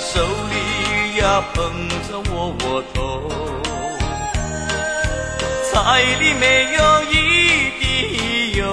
手里呀捧着窝头，菜里没有一滴油，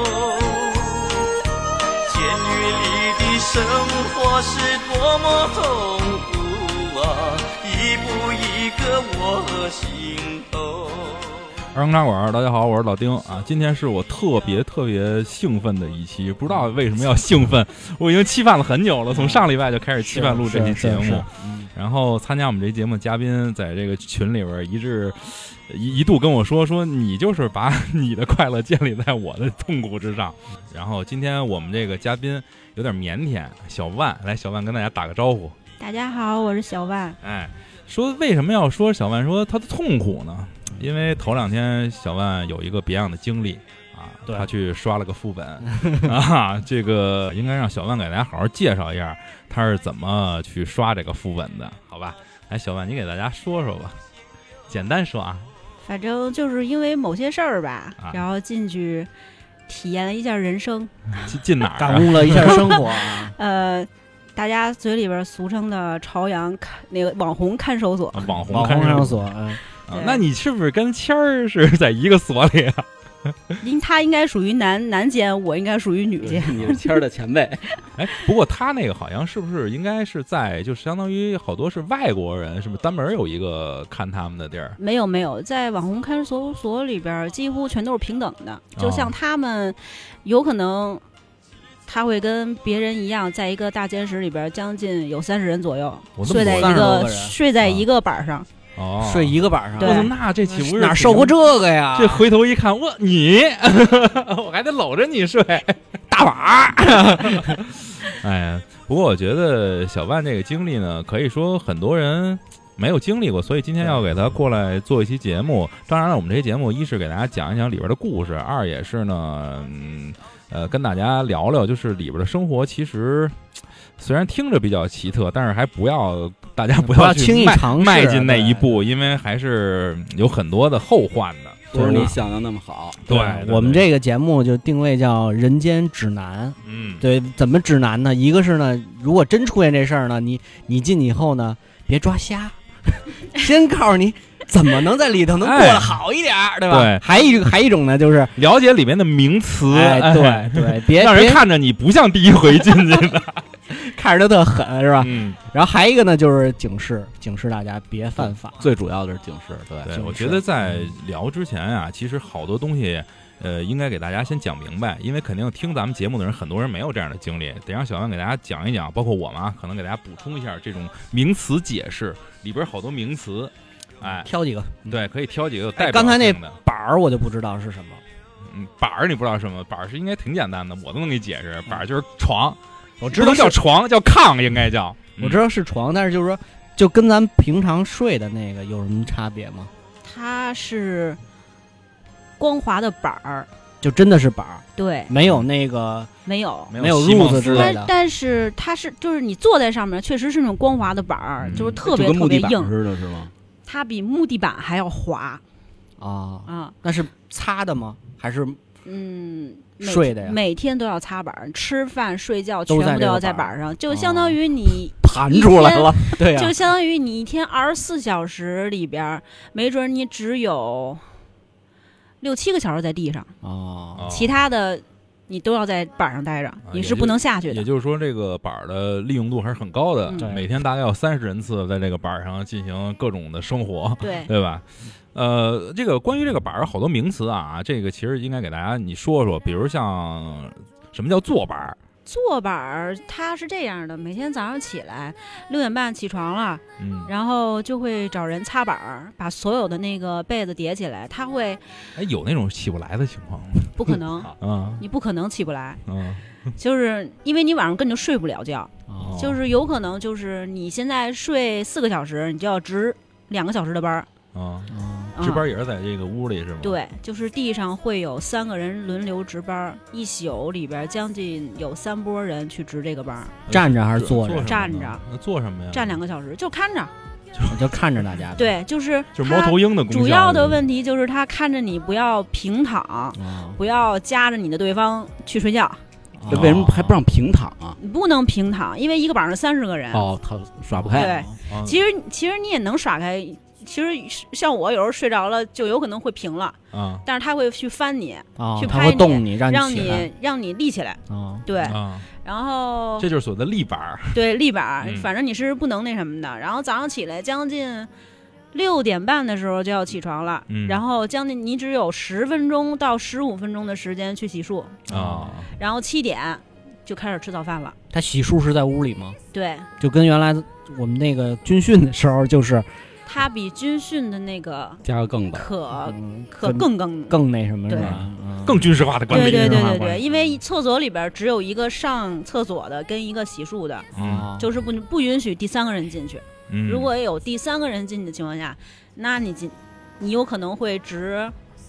监狱里的生活是多么痛苦啊，一步一个我心头。 二更茶馆，大家好，我是老丁啊。今天是我特别兴奋的一期，不知道为什么要兴奋，我已经期盼了很久了，从上礼拜就开始期盼录这期节目。然后参加我们这节目嘉宾在这个群里边一度跟我说你就是把你的快乐建立在我的痛苦之上。然后今天我们这个嘉宾有点腼腆，小万来，小万跟大家打个招呼。 大家好，我是小万。 哎，说为什么要说小万说他的痛苦呢？因为头两天小万有一个别样的经历啊，他去刷了个副本啊，这个应该让小万给大家好好介绍一下他是怎么去刷这个副本的，好吧？来，小万你给大家说说吧，简单说啊。 反正就是因为某些事儿吧，然后进去体验了一下人生， 进哪儿、啊？ 感悟了一下生活啊。 大家嘴里边俗称的朝阳那个网红看守所， 网红看守所。 那你是不是跟谦儿是在一个所里啊？ 他应该属于男监，我应该属于女监。 你是谦儿的前辈。 哎，不过他那个好像是不是应该是在，就相当于好多是外国人，是不是单门有一个看他们的地儿？ 没有，在网红看守所里边几乎全都是平等的，就像他们有可能他会跟别人一样，在一个大监室里边将近有30人左右，睡在一个板上。 哦， 睡一个板上， 对， 那这岂不是哪受过这个呀？ 这回头一看，我还得搂着你睡， 大板。 哎呀，不过我觉得小万这个经历呢，可以说很多人没有经历过，所以今天要给他过来做一期节目。当然了，我们这期节目一是给大家讲一讲里边的故事，二也是呢，跟大家聊聊，就是里边的生活其实虽然听着比较奇特，但是还大家不要去轻易尝试迈进那一步，因为还是有很多的后患的， 不是你想的那么好。 对， 我们这个节目就定位叫人间指南。对，怎么指南呢？一个是呢，如果真出现这事儿呢，你进去以后呢，别抓瞎，先告诉你怎么能在里头能过得好一点，对吧？ 对， 还一种呢，就是了解里面的名词。 对，别让人看着你不像第一回进去的。 看着他特狠是吧？然后还一个呢，就是警示大家别犯法， 最主要的是警示。 对，我觉得在聊之前啊，其实好多东西，应该给大家先讲明白，因为肯定听咱们节目的人，很多人没有这样的经历，得让小万给大家讲一讲，包括我们啊，可能给大家补充一下这种名词解释，里边好多名词，哎， 挑几个， 对，可以挑几个有代表性的。 刚才那板儿我就不知道是什么， 板儿你不知道什么？板儿是应该挺简单的，我都能给你解释，板儿就是床。 我知道叫床，叫炕，应该叫。 我知道是床，但是就是说，就跟咱平常睡的那个有什么差别吗？ 它是光滑的板儿， 就真的是板儿， 对， 没有那个没有褥子之类的。 但是它是就是你坐在上面，确实是那种光滑的板儿，就是特别特别硬似的，是吗？ 它比木地板还要滑啊！那是擦的吗？还是睡的呀？ 每天都要擦板，吃饭睡觉全部都要在板上，就相当于你盘出来了，对呀， 就相当于你一天24小时里边，没准你只有6、7个小时在地上其他的你都要在板上待着，你是不能下去的。 也就是说，这个板的利用度还是很高的，每天大概有30人次在这个板上进行各种的生活，对吧？这个关于这个板儿好多名词啊，这个其实应该给大家你说说，比如像什么叫坐板儿？ 坐板儿它是这样的，每天早上起来6点半起床了，然后就会找人擦板儿，把所有的那个被子叠起来。他会， 有那种起不来的情况吗？ 不可能，你不可能起不来，就是因为你晚上根本就睡不了觉，就是有可能就是你现在睡4个小时，你就要值2个小时的班儿。 值班也是在这个屋里是吗？ 对，就是地上会有3个人轮流值班，一宿里边将近有3波人去值这个班。 站着还是坐着？ 站着。 那坐什么呀？ 站2个小时，就看着。 就看着大家。 对，就是猫头鹰的功效。 主要的问题就是他看着你不要平躺，不要夹着你的对方去睡觉。 为什么还不让平躺啊？ 你不能平躺，因为一个板上30个人。 哦，他耍不开。 对，其实你也能耍开。其实像我有时候睡着了，就有可能会平了，但是他会去翻你，去拍你， 让你立起来。对，然后这就是所谓的立板。 对，立板，反正你是不能那什么的。然后早上起来将近6点半的时候就要起床了，然后将近你只有10分钟到15分钟的时间去洗漱然后7点就开始吃早饭了。 他洗漱是在屋里吗？ 对， 就跟原来我们那个军训的时候就是。 它比军训的那个加个更的， 可更那什么是吧？ 更军事化的管理。 对，因为厕所里边只有一个上厕所的跟一个洗漱的，就是不允许第3个人进去。如果有第3个人进去的情况下，那你有可能会值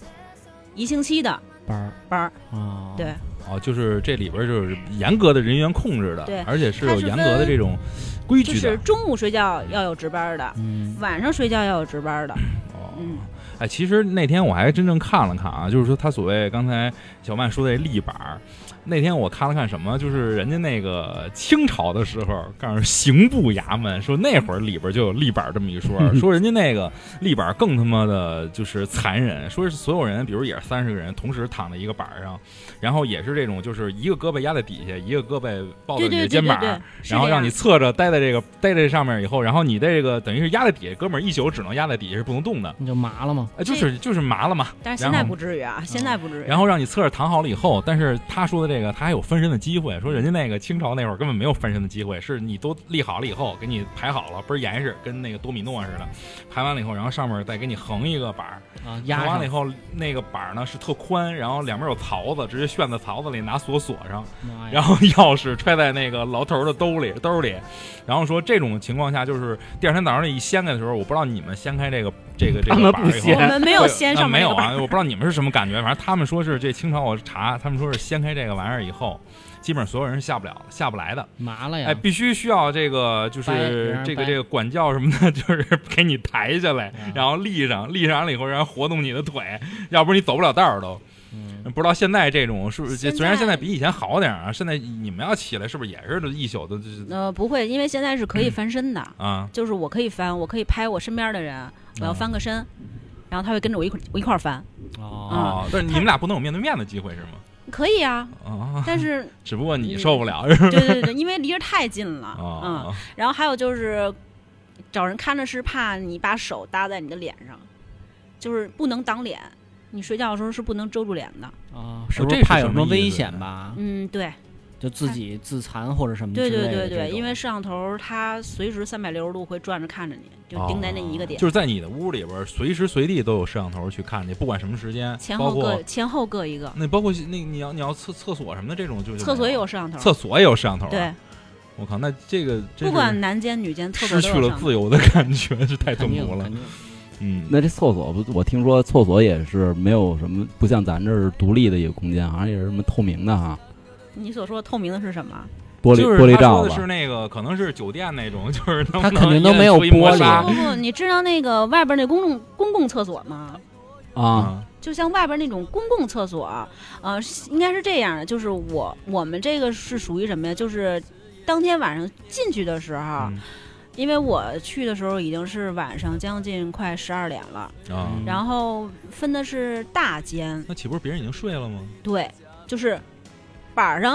1星期的班儿。对。 就是这里边就是严格的人员控制的， 对， 而且是有严格的这种规矩的。 就是中午睡觉要有值班的，晚上睡觉要有值班的。 其实那天我还真正看了看啊，就是说他所谓刚才小曼说的立板，那天我看了看什么，就是人家那个清朝的时候告诉刑部衙门说那会儿里边就有立板这么一说，说人家那个立板更他妈的就是残忍，说是所有人比如也是30个人同时躺在一个板上，然后也是这种就是一个胳膊压在底下，一个胳膊抱在你的肩膀，然后让你侧着待在这上面以后，然后你这个等于是压在底下，哥们儿一宿只能压在底下是不能动的， 你就麻了吗？ 就是麻了嘛。 但是现在不至于啊，现在不至于。 然后让你侧着躺好了以后，但是他说的这个他还有翻身的机会，说人家那个清朝那会儿根本没有翻身的机会，是你都立好了以后给你排好了，倍儿严实，跟那个多米诺似的，排完了以后，然后上面再给你横一个板压完了以后，那个板呢是特宽，然后两边有槽子，直接旋在槽子里拿锁上，然后钥匙揣在那个老头的兜里，然后说这种情况下就是第二天早上一掀开的时候，我不知道你们掀开这个板以后， 我们没有掀上面没有啊，我不知道你们是什么感觉，反正他们说是这清朝我查，他们说是掀开这个玩意儿以后，基本上所有人是下不来的， 麻了呀！ 必须需要这个就是这个管教什么的，就是给你抬下来，然后立上完了以后，然后活动你的腿，要不然你走不了道儿都。不知道现在这种是不是？虽然现在比以前好点啊，现在你们要起来是不是也是一宿的？ 不会，因为现在是可以翻身的啊，就是我可以翻，我可以拍我身边的人，我要翻个身，然后他会跟着我一块翻。 但是你们俩不能有面对面的机会是吗？ 可以啊，但是只不过你受不了是吧？ 对，因为离着太近了然后还有就是找人看着是怕你把手搭在你的脸上，就是不能挡脸。你睡觉的时候是不能遮住脸的是不是怕有什么危险吧？ 对， 就自己自残或者什么之类的。对，因为摄像头它随时360度会转着看着你，就盯在那一个点。 就是在你的屋里边，随时随地都有摄像头去看你，不管什么时间，前后各一个。 那包括那你要厕所什么的这种，就厕所也有摄像头。 厕所也有摄像头。 对， 我靠，那这个不管男间女间，厕所失去了自由的感觉，是太痛苦了。 那这厕所我听说厕所也是没有什么，不像咱这儿独立的一个空间，好像也是什么透明的哈。 你所说的透明的是什么？ 玻璃罩子。 是那个可能是酒店那种，就是它肯定都没有玻璃。 不，你知道那个外边那公共厕所吗？就像外边那种公共厕所，应该是这样的，就是我们这个是属于什么呀？就是当天晚上进去的时候。因为我去的时候已经是晚上将近快12点了然后分的是大间， 那岂不是别人已经睡了吗？ 对，就是板上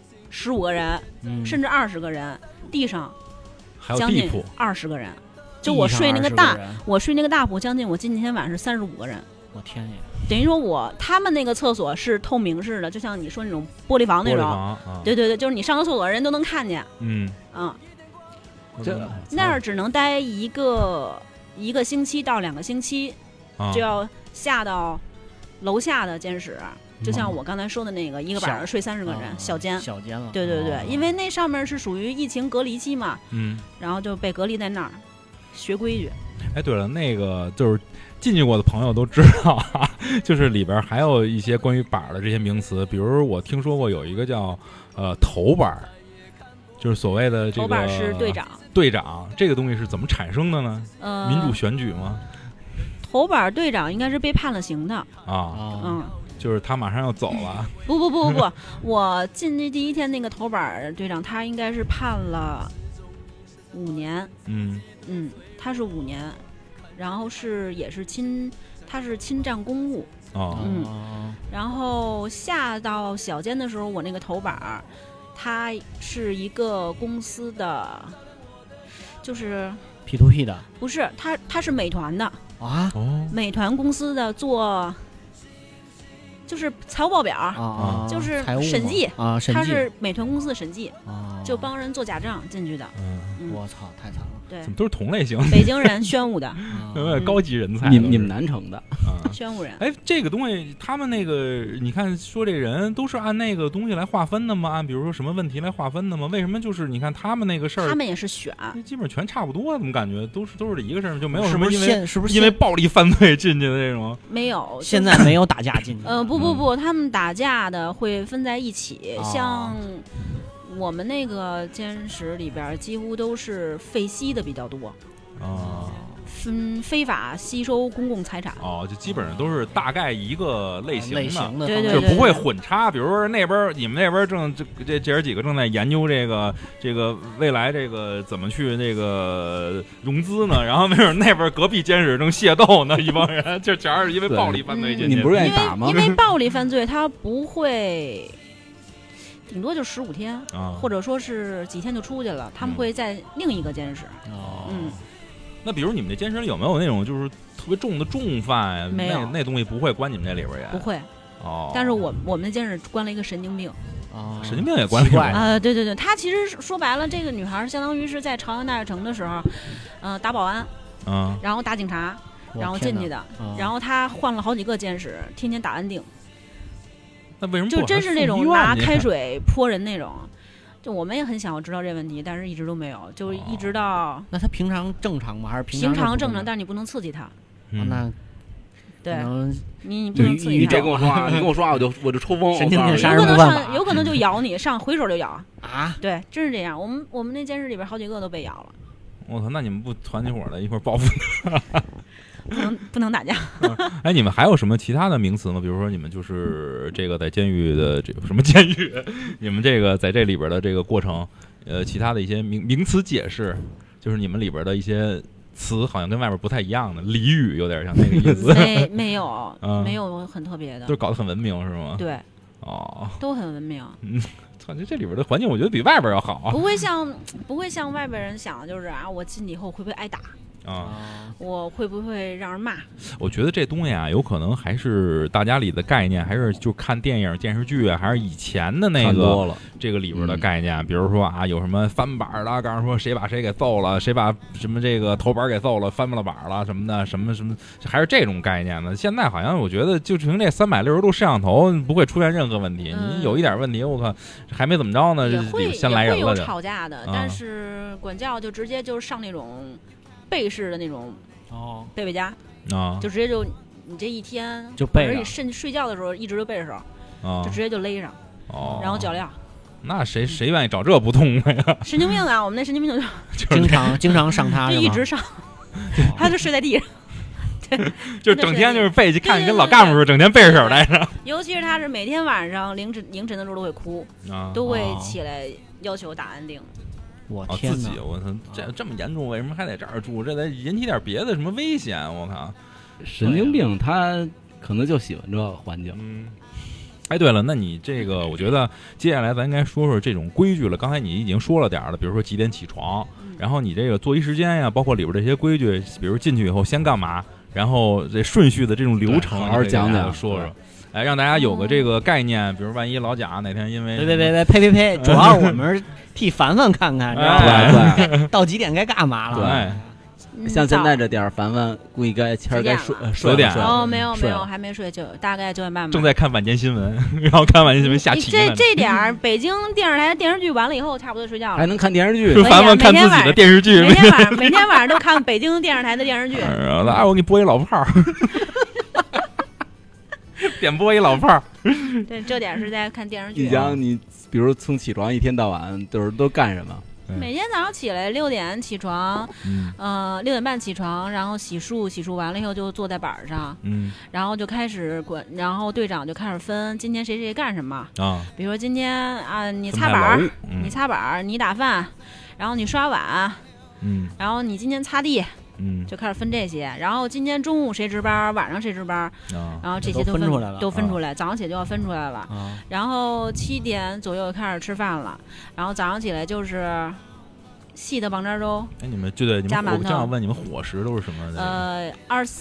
15个人，甚至20个人，地上将近20个人。就我睡那个大铺，将近我今天晚上是35个人。 我天呀！ 等于说他们那个厕所是透明式的，就像你说那种玻璃房那种。对，就是你上个厕所人都能看见。那儿只能待一个星期到2个星期，就要下到楼下的监室，就像我刚才说的那个一个板上睡30个人小间了。 对，因为那上面是属于疫情隔离期嘛，然后就被隔离在那儿学规矩。 对了，那个就是进去过的朋友都知道就是里边还有一些关于板的这些名词，比如我听说过有一个叫头板，就是所谓的这个头板是队长这个东西是怎么产生的呢？民主选举吗？ 头板队长应该是被判了刑的就是他马上要走了。 不，我进去第一天那个头板队长，他应该是判了5年。他是5年，然后也是他是侵占公务。然后下到小监的时候，我那个头板，他是一个公司的，就是 P2P 的， 不是他是美团的啊， 美团公司的做。就是财务报表，就是审计啊， 他是美团公司的审计，就帮人做假账进去的。 我操，太惨了。 对， 怎么都是同类型？ 北京人，宣武的， 高级人才。 你们南城的宣武人。 哎，这个东西，他们那个，你看说这人都是按那个东西来划分的吗？按比如说什么问题来划分的吗？为什么就是你看他们那个事儿， 他们也是选， 基本全差不多，怎么感觉都是这一个事儿，就没有什么因为暴力犯罪进去的这种？ 没有， 现在没有打架进去。 不，他们打架的会分在一起，像我们那个监室里边几乎都是废吸的比较多。非法吸收公共财产。 就基本上都是大概一个类型的， 对， 就不会混插。比如说那边你们那边这姐几个正在研究这个未来这个怎么去那个融资呢，然后没准那边隔壁监室正械斗呢，一帮人就全是因为暴力犯罪进去。 你不是愿意打吗？ 因为暴力犯罪他不会。顶多就15天，或者说是几天就出去了。他们会在另一个监室。 那比如你们这监室里有没有那种就是特别重的重犯呀？ 没有， 那东西不会关你们这里边也不会。但是我们的监室关了一个神经病。 神经病也关了一个。 对，他其实说白了，这个女孩相当于是在朝阳大悦城的时候，打保安，然后打警察，然后进去的。然后他换了好几个监室，天天打安定。 那为什么就真是那种拿开水泼人那种？就我们也很想要知道这问题，但是一直都没有，就一直到。 那他平常正常吗？还是平常正常？但是你不能刺激他。 那对，你不能刺激他。 你别跟我说话，你跟我说话我就抽风。 神经病杀人不犯法。 有可能就咬你，回手就咬啊！ 对，真是这样。我们那监室里边好几个都被咬了。 我操！那你们不团起伙来一块报复他？ 不能打架。 哎，你们还有什么其他的名词吗？比如说你们就是这个在监狱的这个什么监狱，你们这个在这里边的这个过程，其他的一些名词解释，就是你们里边的一些词好像跟外边不太一样的俚语，有点像那个意思。 没有，没有很特别的， 就是搞得很文明是吗？ 对，都很文明。 这里边的环境我觉得比外边要好。 不会像外边人想的，就是我进去以后会不会挨打？我会不会让人骂？ 我觉得这东西啊，有可能还是大家里的概念，还是就看电影、电视剧啊，还是以前的那个这个里边的概念。比如说有什么翻板的，刚才说谁把谁给揍了，谁把什么这个头板给揍了，翻了板了什么的，什么，还是这种概念的。现在好像我觉得，就凭这360度摄像头，不会出现任何问题。你有一点问题，我靠，还没怎么着呢，先来人了。 也会有吵架的，但是管教就直接就上那种。背式的那种背背夹就直接就你这一天就背着， 你甚至睡觉的时候一直就背着手就直接就勒上然后脚镣。 那谁愿意找这不痛快呀？ 神经病啊！我们那神经病就经常上他， 就一直上，他就睡在地上。对， 就整天就是背，看你跟老干部似的，整天背着手待着。 尤其是他是每天晚上凌晨的时候都会哭，都会起来要求打安定。 我天哪！ 我操，这么严重，为什么还在这儿住？这得引起点别的什么危险？我靠， 神经病，他可能就喜欢这个环境。 哎，对了，那你这个，我觉得接下来咱应该说说这种规矩了。刚才你已经说了点了，比如说几点起床，然后你这个作息时间呀，包括里边这些规矩，比如进去以后先干嘛，然后这顺序的这种流程， 好好讲讲， 说说。哎，让大家有个这个概念，比如万一老贾哪天因为呸，主要我们替凡凡看看，知道吧？对，到几点该干嘛了？ 对， 像现在这点，凡凡估计该睡点。 没有，还没睡，就大概9点半吧。 正在看晚间新闻，然后看晚间新闻下棋。 这点北京电视台电视剧完了以后，差不多睡觉了。 还能看电视剧？ 凡凡看自己的电视剧， 每天晚上都看北京电视台的电视剧。 来，我给你播一老炮儿。点播一老炮儿， 对，这点是在看电视剧。 你讲你，比如从起床一天到晚都干什么？ 每天早上起来6点起床，6点半起床，然后洗漱完了以后就坐在板上，然后就开始滚，然后队长就开始分今天谁谁干什么啊，比如说今天啊你擦板，你打饭，然后你刷碗，然后你今天擦地。就开始分这些，然后今天中午谁值班，晚上谁值班，然后这些都分出来，早上起来就要分出来了，然后7点左右开始吃饭了，然后早上起来就是细的棒渣粥。 哎，你们就对， 加馒头。 我正要问你们伙食都是什么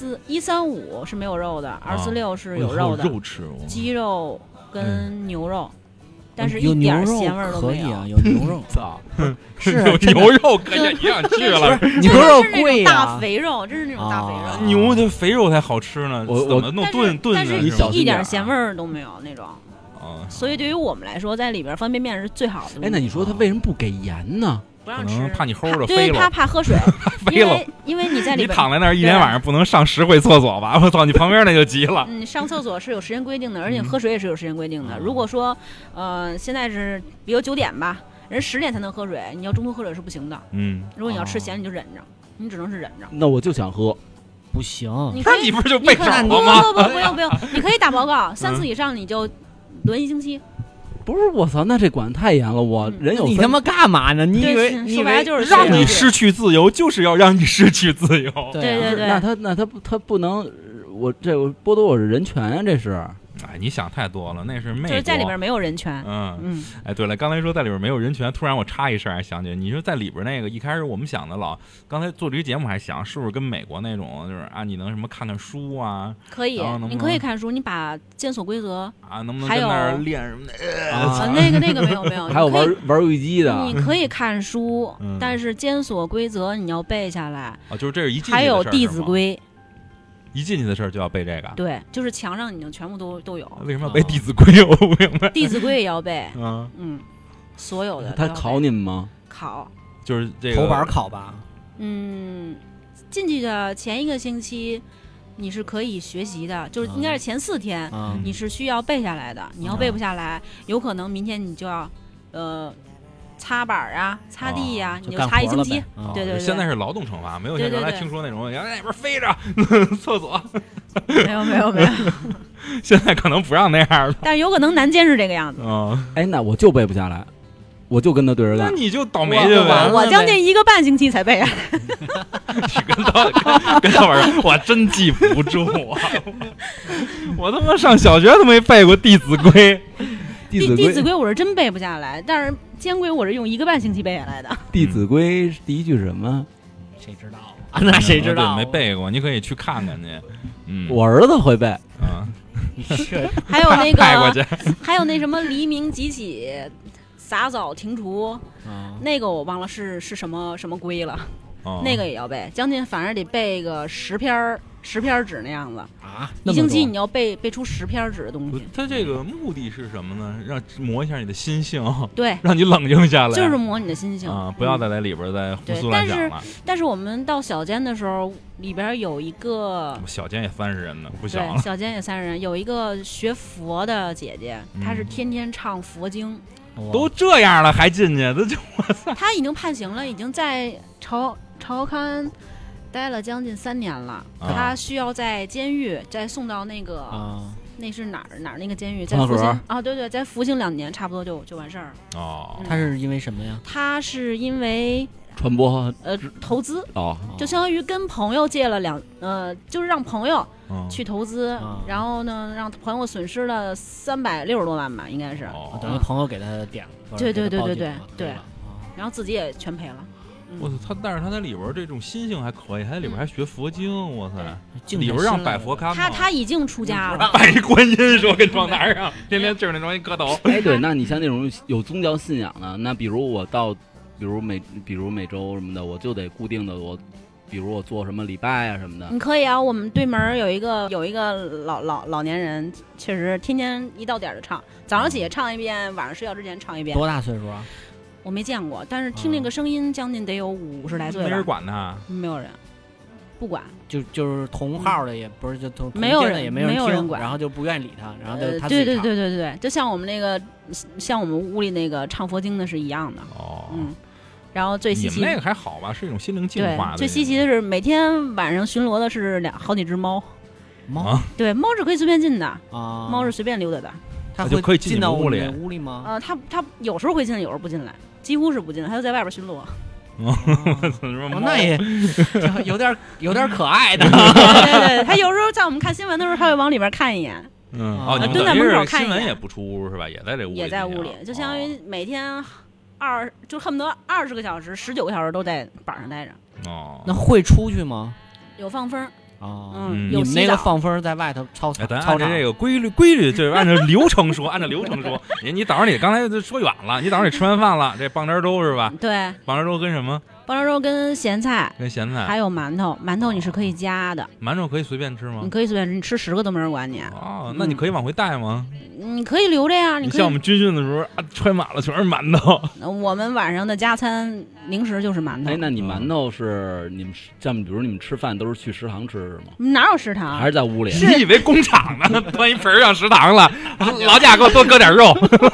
？135是没有肉的，246是有肉的， 肉吃， 鸡肉跟牛肉。但是一点咸味都没有。 有牛肉， 操， 是有牛肉可以一样去了。 牛肉贵呀， 大肥肉，真是那种大肥肉。 牛的肥肉才好吃呢，我怎么弄炖？ 但是一点咸味都没有那种。所以对于我们来说，在里边方便面是最好的。 哎，那你说他为什么不给盐呢？ 不让吃， 怕你齁着飞了。 对，怕喝水，因为你在里边， 你躺在那儿一天晚上不能上10回厕所吧？我操，你旁边那就急了。 你上厕所是有时间规定的，而且喝水也是有时间规定的。如果说现在是比如9点吧，人10点才能喝水，你要中途喝水是不行的。如果你要吃咸，你就忍着，你只能是忍着。 那我就想喝， 不行。 那你不是就背手了吗？ 不用，你可以打报告，3次以上你就轮1星期。 不是，我操，那这管太严了，我人有你他妈干嘛呢？你以为就是让你失去自由，就是要让你失去自由。 对， 那他不能，我这剥夺我的人权啊，这是。 哎，你想太多了，那是美国， 就是在里边没有人权。 哎，对了，刚才说在里边没有人权，突然我插一声，还想起你说在里边那个，一开始我们想的刚才做这个节目还想是不是跟美国那种，就是啊，你能什么看看书啊？ 可以，你可以看书，你把监所规则啊，能不能在那儿练什么的？ 那个没有， 还有玩游戏的。 你可以看书，但是监所规则你要背下来啊，就是这是一进去的事儿。 还有《弟子规》。 一进去的事儿就要背这个， 对，就是墙上已经全部都有。 为什么要背《弟子规》？我不明白。 《弟子规》也要背，所有的。 他考你们吗？ 考， 就是这个头板考吧。 进去的前1个星期你是可以学习的，就是应该是前4天，你是需要背下来的。你要背不下来，有可能明天你就要擦板啊，擦地呀，你就擦1星期。对， 现在是劳动惩罚，没有像原来听说那种原来那边飞着厕所。 没有。 现在可能不让那样了， 但是有可能南监是这个样子。 哎，那我就背不下来，我就跟他对着干。 那你就倒霉去呗。 我将近1个半星期才背啊。 你跟他玩，我真记不住啊！我他妈上小学都没背过《弟子规》。 弟子规我是真背不下来，但是监规我是用1个半星期背下来的。 弟子规第一句是什么？ 谁知道啊？那谁知道？ 没背过，你可以去看看去。 我儿子会背啊。 还有那个， 派过去， 还有那什么黎明即起，洒扫庭除，那个我忘了是什么规了。那个也要背，将近反正得背个10篇纸那样子啊 ！1星期你要背出10篇纸的东西。 它这个目的是什么呢？让磨一下你的心性， 对， 让你冷静下来， 就是磨你的心性啊！不要再在里边再胡思乱想了。 但是我们到小监的时候，里边有一个小监也30人呢，不小了。 对，小监也30人，有一个学佛的姐姐，她是天天唱佛经。 都这样了还进去， 他已经判刑了，已经在朝刊待了将近3年了。他需要在监狱再送到那个那是哪儿那个监狱在服刑啊？对，在服刑2年，差不多就完事儿哦。 他是因为什么呀？ 他是因为传播投资就相当于跟朋友借了就是让朋友去投资，然后呢让朋友损失了360多万吧，应该是。 等于朋友给他点了。 对，然后自己也全赔了。 我操！但是他在里边这种心性还可以，他在里边还学佛经，哇塞！里边让摆佛龛， 他已经出家了， 摆观音说跟窗台上，天天就是那种一磕头。 哎，对，那你像那种有宗教信仰的，那比如我到，比如每周什么的，我就得固定的比如我做什么礼拜啊什么的。 你可以啊，我们对门有一个老年人，确实天天一到点就唱，早上起来唱一遍，晚上睡觉之前唱一遍。 多大岁数啊？ 我没见过，但是听那个声音，将近得有50来岁了。 没人管他， 没有人，不管。 就是同号的也不是，就没有人， 也没有人管， 然后就不愿意理他，然后就他自己唱。 对，就像我们那个，像我们屋里那个唱佛经的是一样的。 然后最稀奇， 你们那个还好吧？是一种心灵净化的。 对，最稀奇的是每天晚上巡逻的是好几只猫。 猫对，猫是可以随便进的啊， 猫是随便溜达的。 它就可以进到屋里吗？ 它有时候会进，有时候不进来，几乎是不进，它就在外边巡逻。 那也有点可爱的。 对，它有时候在我们看新闻的时候，它会往里边看一眼。 你们蹲在门口看一眼。 新闻也不出屋是吧？也在这屋里。 也在屋里，就相当于每天就恨不得20个小时、19个小时都在板上待着。 哦， 那会出去吗？ 有放风。 你们那个放风在外头操场。 咱按照这个规律，就是按照流程说，你早上你刚才就说远了，你早上你吃完饭了，这棒渣粥是吧？ 对， 棒渣粥跟什么？ 棒渣粥跟咸菜，还有馒头你是可以加的。 馒头可以随便吃吗？ 你可以随便吃，你吃10个都没人管你。 哦，那你可以往回带吗？ 你可以留着呀。 你像我们军训的时候揣满了全是馒头。 我们晚上的加餐零食就是馒头。 那你馒头是你们像比如你们吃饭都是去食堂吃是吗？ 哪有食堂？ 还是在屋里？ 你以为工厂呢？端一盆上食堂了，劳驾给我多搁点肉。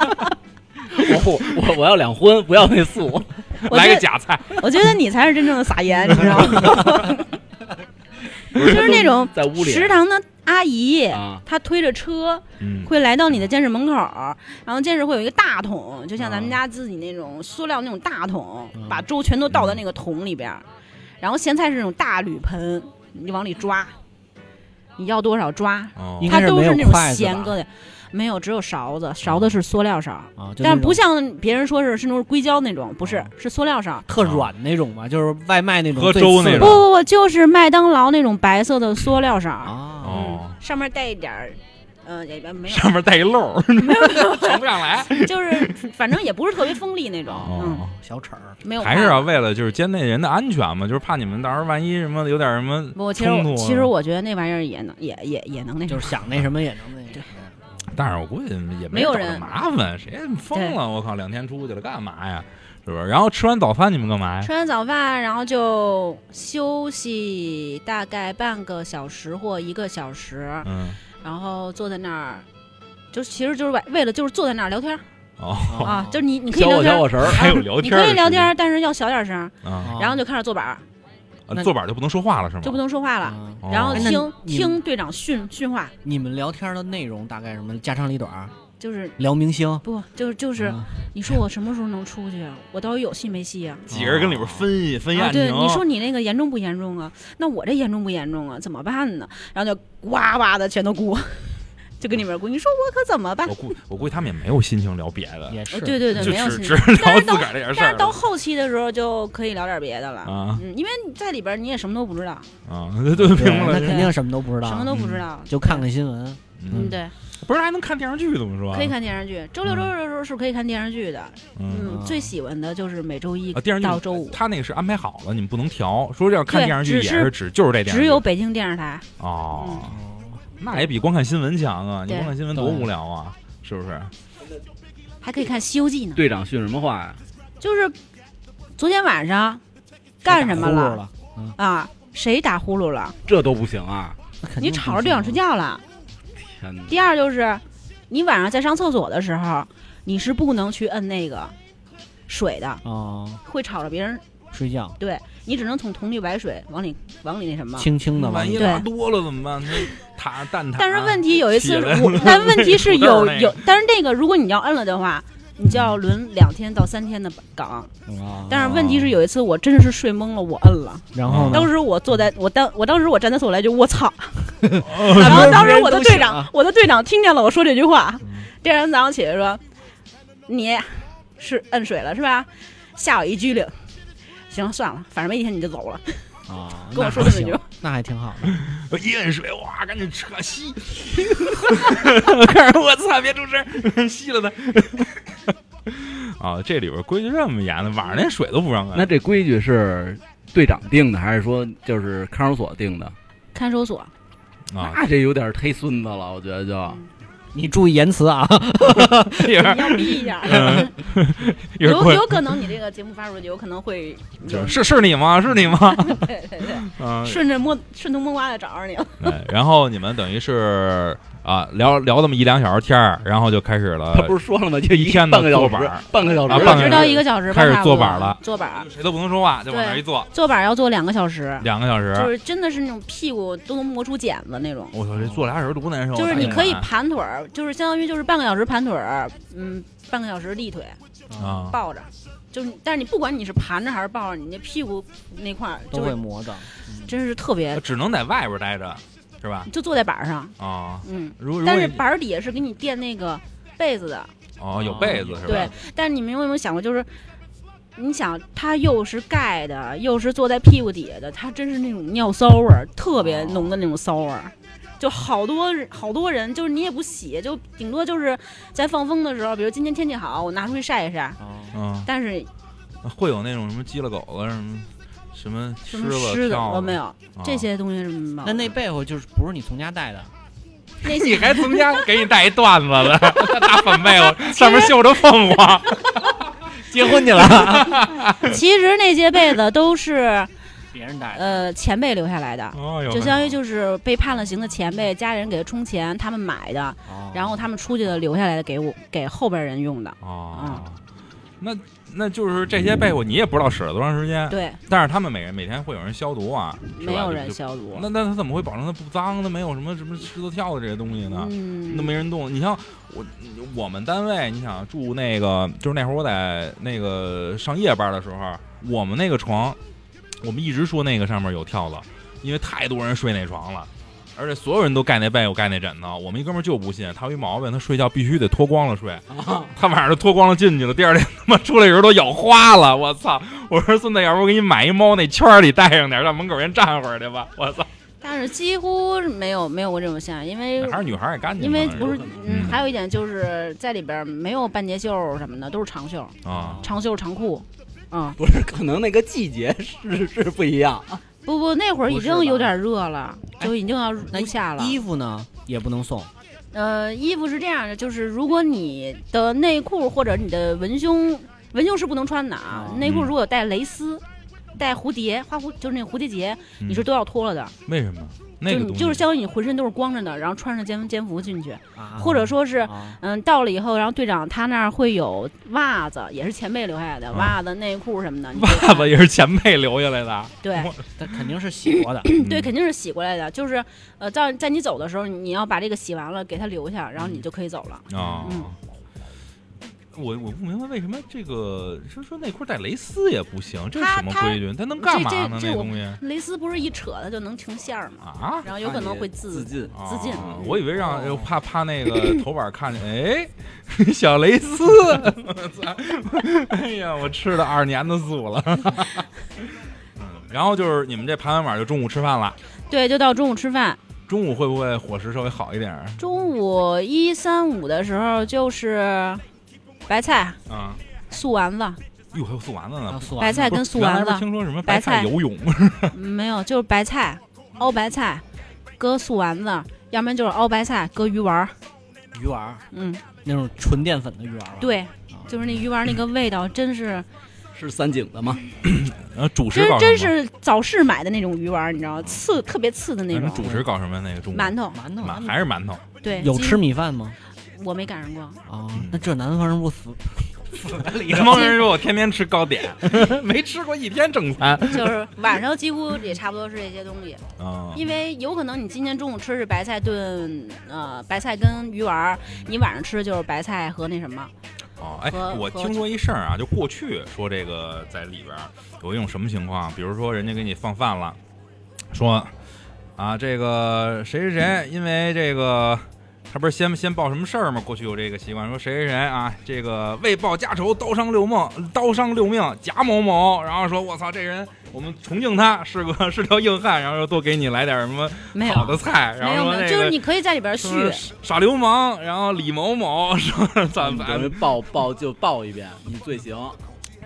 我要2荤，不要那素， 来个假菜。 我觉得你才是真正的撒盐，你知道吗？就是那种在屋里食堂的阿姨，她推着车会来到你的监视门口，然后监视会有一个大桶，就像咱们家自己那种塑料那种大桶，把粥全都倒在那个桶里边，然后咸菜是那种大铝盆，你往里抓，你要多少抓，它都是那种咸疙瘩。没有，只有勺子，勺子是塑料勺但是不像别人说是那种硅胶那种，不是，是塑料勺， 特软那种嘛，就是外卖那种喝粥那种。 不，就是麦当劳那种白色的塑料勺上面带一点也没有， 上面带一漏， 没有盛不上来， 就是反正也不是特别锋利那种， 小齿儿， 没有， 还是为了就是监内人的安全嘛，就是怕你们到时候万一什么有点什么冲突。 其实我觉得那玩意儿也能那， 就是想那什么也能那。 对。 但是我估计也没有人麻烦，谁疯了？我靠，2天出去了干嘛呀？是不是？然后吃完早饭你们干嘛呀？ 吃完早饭，然后就休息大概半个小时或1个小时，然后坐在那儿，其实就是为了就是坐在那儿聊天。就是你可以聊天， 小神还有聊天， 你可以聊天，但是要小点声。然后就开始坐板。 坐板就不能说话了是吗？ 就不能说话了，然后听队长训话。 你们聊天的内容大概什么？家长里短？ 就是聊明星？ 不，就是你说我什么时候能出去啊？我到底有戏没戏啊？ 几个人跟里边分析案情。 对，你说你那个严重不严重啊？那我这严重不严重啊？怎么办呢？然后就呱呱的全都咕。就跟你们估，你说我可怎么办？ 我估计他们也没有心情聊别的， 也是对，没有心情。但是到后期的时候就可以聊点别的了因为在里边你也什么都不知道对，明白了， 那肯定什么都不知道， 什么都不知道， 就看看新闻。 对， 不是还能看电视剧怎么说？ 可以看电视剧，周6、周日的时候是可以看电视剧的。最喜欢的就是每周一到周五， 他那个是安排好了，你们不能调。说要看电视剧也是就是这电视剧， 只有北京电视台。 那也比光看新闻强啊！你光看新闻多无聊啊，是不是？ 还可以看《西游记》呢。 队长训什么话呀？ 就是昨天晚上干什么了？谁打呼噜了？ 这都不行啊！ 你吵着队长睡觉了。 天哪！ 第二就是你晚上在上厕所的时候，你是不能去摁那个水的会吵着别人睡觉。 对，你只能从桶里崴水往里那什么， 轻轻的万一拉多了怎么办？蛋挞。 但是问题有一次，但问题是有，但是那个如果你要摁了的话，你就要轮2天到3天的岗。但是问题是有一次我真的是睡懵了，我摁了。 然后当时我坐在当时我站在厕所来就我操。然后当时我的队长听见了我说这句话，第二天早上起来说：“你是摁水了是吧？下我一拘灵。”行，算了，反正没一天你就走了。跟我说这么一句， 那还挺好的。 一摁水，哇，赶紧扯吸。我操，别出声，吸了他。这里边规矩这么严的，晚上连水都不让摁。 那这规矩是队长定的，还是说就是看守所定的？ 看守所。 那这有点忒孙子了，我觉得就。 你注意言辞啊！ 你要逼一下。有可能你这个节目发出去，有可能会是你吗？是你吗？ 对，顺藤摸瓜的找着你了。 然后你们等于是啊，聊这么1-2小时天儿，然后就开始了。 他不是说了吗？就一天的半个小时，半个小时， 直到1个小时， 开始坐板了， 坐板， 谁都不能说话，就往那一坐。 坐板要坐2个小时 ，2个小时， 就是真的是那种屁股都能磨出茧子那种。 我操，这坐2小时多难受！ 就是你可以盘腿儿，就是相当于就是半个小时盘腿儿，半个小时立腿，抱着。就是，但是你不管你是盘着还是抱着，你那屁股那块儿都会磨的， 真是特别。 只能在外边待着。是吧？ 就坐在板上啊， 但是板底下是给你垫那个被子的。 哦，有被子是吧？ 对，但是你们有没有想过，就是你想，它又是盖的，又是坐在屁股底下的，它真是那种尿骚味儿，特别浓的那种骚味儿。就好多人，就是你也不洗，就顶多就是在放风的时候，比如今天天气好，我拿出去晒一晒。但是会有那种什么鸡了狗了什么狮子我没有，这些东西是没有。 那被窝就是不是你从家带的？ 你还从家给你带一段子的大粉被窝，上面绣着凤凰， 结婚去了。 其实那些被子都是别人带的， 前辈留下来的，就相当于就是被判了刑的前辈，家人给他充钱，他们买的，然后他们出去的留下来的给后边人用的。 那就是这些被窝你也不知道使了多长时间， 对。 但是他们每天会有人消毒啊， 没有人消毒。 那他怎么会保证它不脏？它没有什么石头跳的这些东西呢？那没人动。你像我们单位，你想住那个，就是那会儿我在那个上夜班的时候，我们那个床，我们一直说那个上面有跳蚤，因为太多人睡那床了。而且所有人都盖那被，我盖那枕头。我们一哥们就不信，他有一毛病，他睡觉必须得脱光了睡。他晚上就脱光了进去了，第二天他妈出来时候都咬花了。我操！我说孙子，要不我给你买一猫那圈里带上点，让门口先站会儿去吧。我操！ 但是几乎没有过这种现象，因为还是女孩也干净。 因为不是，还有一点就是在里边没有半截袖什么的，都是长袖啊，长袖长裤。 不是，可能那个季节是不一样。 不，那会儿已经有点热了，就已经要入夏了。 衣服呢也不能送。 衣服是这样的，就是如果你的内裤或者你的文胸是不能穿的啊。内裤如果带蕾丝、带蝴蝶花蝴，就是那蝴蝶结，你是都要脱了的。 为什么？ 就是相当于你浑身都是光着的，然后穿上肩服进去，或者说是到了以后，然后队长他那儿会有袜子，也是前辈留下来的袜子、内裤什么的。 袜子也是前辈留下来的。 对， 他肯定是洗过的。 对，肯定是洗过来的。就是在你走的时候，你要把这个洗完了给他留下，然后你就可以走了。 我不明白为什么这个说内裤带蕾丝也不行，这是什么规矩？它能干嘛呢？那东西蕾丝不是一扯它就能停线吗？然后有可能会自尽。 我以为让怕那个头板看见，哎，小蕾丝，哎呀，我吃了2年的素了。然后就是你们这盘完碗就中午吃饭了。 对，就到中午吃饭。 中午会不会伙食稍微好一点？ 中午1、3、5的时候就是白菜素丸子。 哟，还有素丸子呢！ 白菜跟素丸子。 听说什么白菜游泳？ 没有，就是白菜熬白菜，搁素丸子，要不然就是熬白菜搁鱼丸。 鱼丸，那种纯淀粉的鱼丸。 对，就是那鱼丸那个味道，真是。 是三井的吗？ 主食搞真是早市买的那种鱼丸，你知道，特别刺的那种。 主食搞什么？那个中午馒头还是馒头？ 对， 有吃米饭吗？ 我没赶上过。 那这南方人不死南方人说我天天吃糕点，没吃过一天正餐。 就是晚上几乎也差不多是这些东西。因为有可能你今天中午吃是白菜炖白菜跟鱼丸，你晚上吃的就是白菜和那什么。 我听说一事儿啊，就过去说这个在里边有一种什么情况，比如说人家给你放饭了，说这个谁因为这个他不是先报什么事儿吗？过去有这个习惯，说谁这个为报家仇，刀伤六命，贾某某，然后说我操这人，我们崇敬他是条硬汉，然后又多给你来点什么好的菜，然后说、 就是你可以在里边续耍流氓，然后李某某说咱们报就报一遍，你罪行。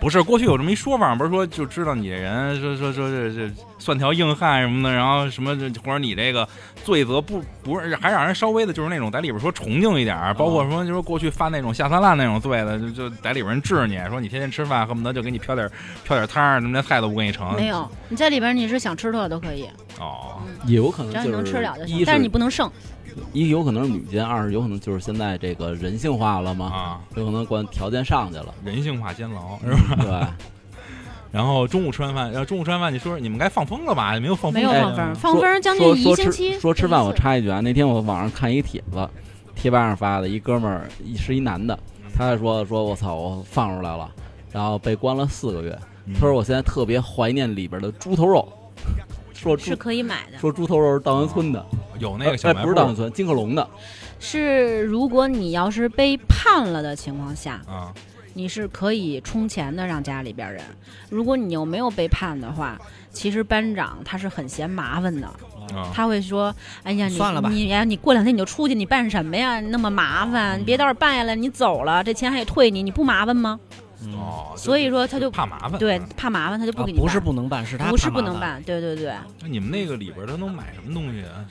不是过去有这么一说法，不是说就知道你这人说这算条硬汉什么的，然后什么或者你这个罪责不是还让人稍微的就是那种在里边说崇敬一点，包括说就是过去犯那种下三滥那种罪的，就在里边治你，说你天天吃饭恨不得就给你飘点汤儿，连菜都不给你盛。 没有，你在里边你是想吃多少都可以。 哦， 也有可能只要你能吃了就行， 一但是你不能剩。 一有可能是女监，二是有可能就是现在这个人性化了嘛，有可能管条件上去了， 人性化监牢是吧？ 对。 然后中午吃完饭，你说你们该放风了吧？没有放风， 没有放风，放风将近1星期。 说吃饭，我插一句啊，那天我网上看一帖子，贴吧上发的，一哥们儿是一男的，他说我操，我放出来了，然后被关了4个月。他说我现在特别怀念里边的猪头肉，说是可以买的， 说猪头肉是稻香村的。 有那个小卖部不是稻香村，金客隆的。 是如果你要是被判了的情况下啊， 你是可以充钱的让家里边人。如果你又没有被判的话，其实班长他是很嫌麻烦的，他会说：“哎呀， 算了吧， 你过2天你就出去，你办什么呀？那么麻烦，你别到时候办下来你走了，这钱还得退你，你不麻烦吗？”所以说他就怕麻烦， 对，怕麻烦他就不给你办。 不是不能办，是他不是不能办，对。 那你们那个里边他能买什么东西啊？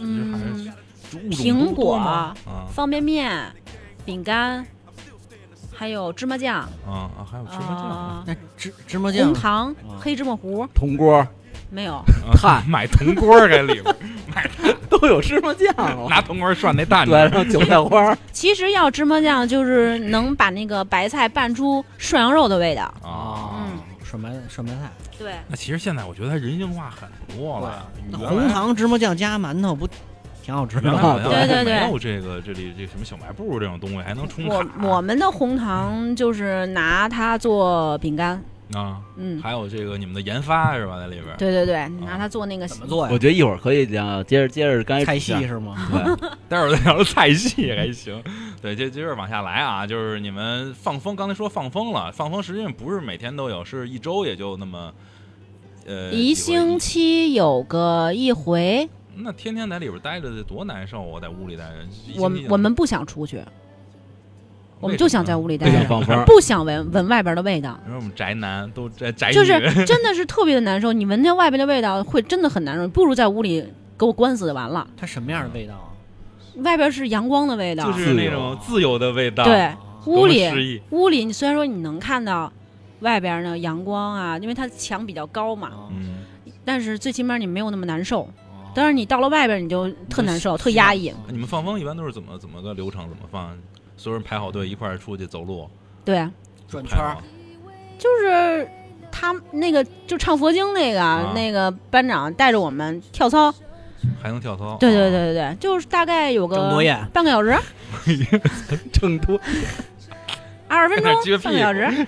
苹果、方便面、饼干，还有芝麻酱还有芝麻酱， 那芝麻酱、 红糖、黑芝麻糊、 铜锅没有， 买铜锅给里边买都有芝麻酱了， 拿铜锅涮那蛋， 对，然后韭菜花。 其实要芝麻酱就是能把那个白菜拌出涮羊肉的味道涮白菜。 对， 那其实现在我觉得它人性化很多了。 那红糖芝麻酱加馒头不挺好吃的吗？ 对， 没有这里这什么小卖部这种东西还能充卡。 我们的红糖就是拿它做饼干。 还有这个你们的研发是吧，在里边？ 对，拿它做那个怎么做呀？ 我觉得一会儿可以讲，接着刚才菜系是吗？ 对，待会儿再聊菜系还行。对，接着往下来啊，就是你们放风，刚才说放风了，放风实际上不是每天都有，是1周也就那么 1星期有个1回。 那天天在里边待着得多难受啊，在屋里待着。 我们不想出去。我们就想在屋里待着，不想闻外边的味道。 你说我们宅男都宅女， 就是真的是特别的难受。你闻见外边的味道会真的很难受，不如在屋里给我关死就完了。 它什么样的味道啊？ 外边是阳光的味道， 就是那种自由的味道。 对，屋里你虽然说你能看到外边的阳光啊，因为它墙比较高嘛，但是最起码你没有那么难受。但是你到了外边你就特难受，特压抑。 你们放风一般都是怎么个流程？怎么放？所有人排好队一块儿出去走路， 对， 转圈儿， 就是他那个就唱佛经那个班长带着我们跳操， 还能跳操？ 对，就是大概有个半个小时， 郑多 20分钟，半个小时。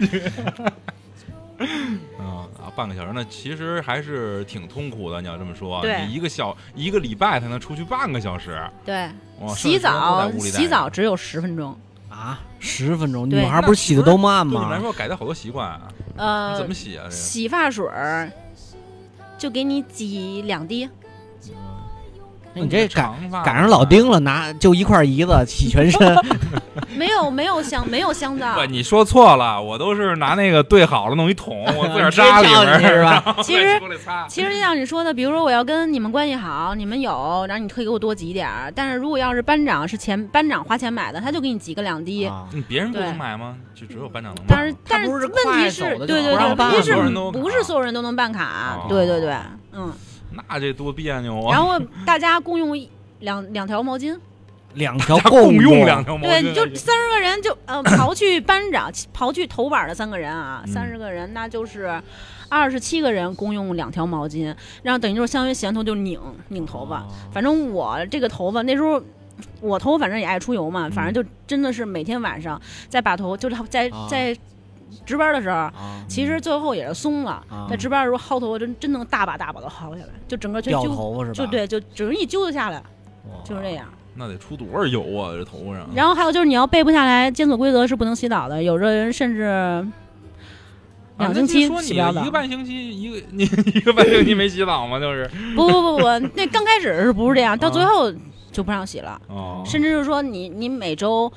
半个小时，那其实还是挺痛苦的。你要这么说， 对， 你一个礼拜才能出去半个小时。 对，洗澡只有10分钟啊，10分钟。女孩不是洗的都慢吗？ 对你来说改掉好多习惯啊。怎么洗啊？ 洗发水就给你挤2滴。 你这赶上老丁了，就一块胰子洗全身。 没有香皂。 不，你说错了，我都是拿那个兑好了弄一桶，我自个儿扎里边是吧？ 其实就像你说的，比如说我要跟你们关系好，你们有，然后你可以给我多挤点儿。但是如果要是班长班长花钱买的，他就给你挤个2滴。 别人不能买吗？就只有班长能买。 但是问题是，对，不是所有人都能办卡。对， 那这多别扭啊！ 然后大家共用两条毛巾 ，2条共用2条毛巾。 对，就30个人就刨去班长，刨去头板的3个人啊，30个人那就是27个人共用2条毛巾，然后等于就是相当于洗完头就拧头发。反正我这个头发那时候。我头反正也爱出油嘛，反正就真的是每天晚上再把头，就是在值班的时候，其实最后也是松了。在值班的时候薅头发真能大把都薅下来，就整个掉头发是吧？ 就对，就整个一揪就下来，就是这样。 那得出多少油啊，这头上。 然后还有就是你要背不下来，监所规则是不能洗澡的，有的人甚至2星期洗不了澡。 一个半星期，一个半星期没洗澡吗？就是不，那刚开始是不是这样？到最后就不让洗了。 哦， 甚至是说你每周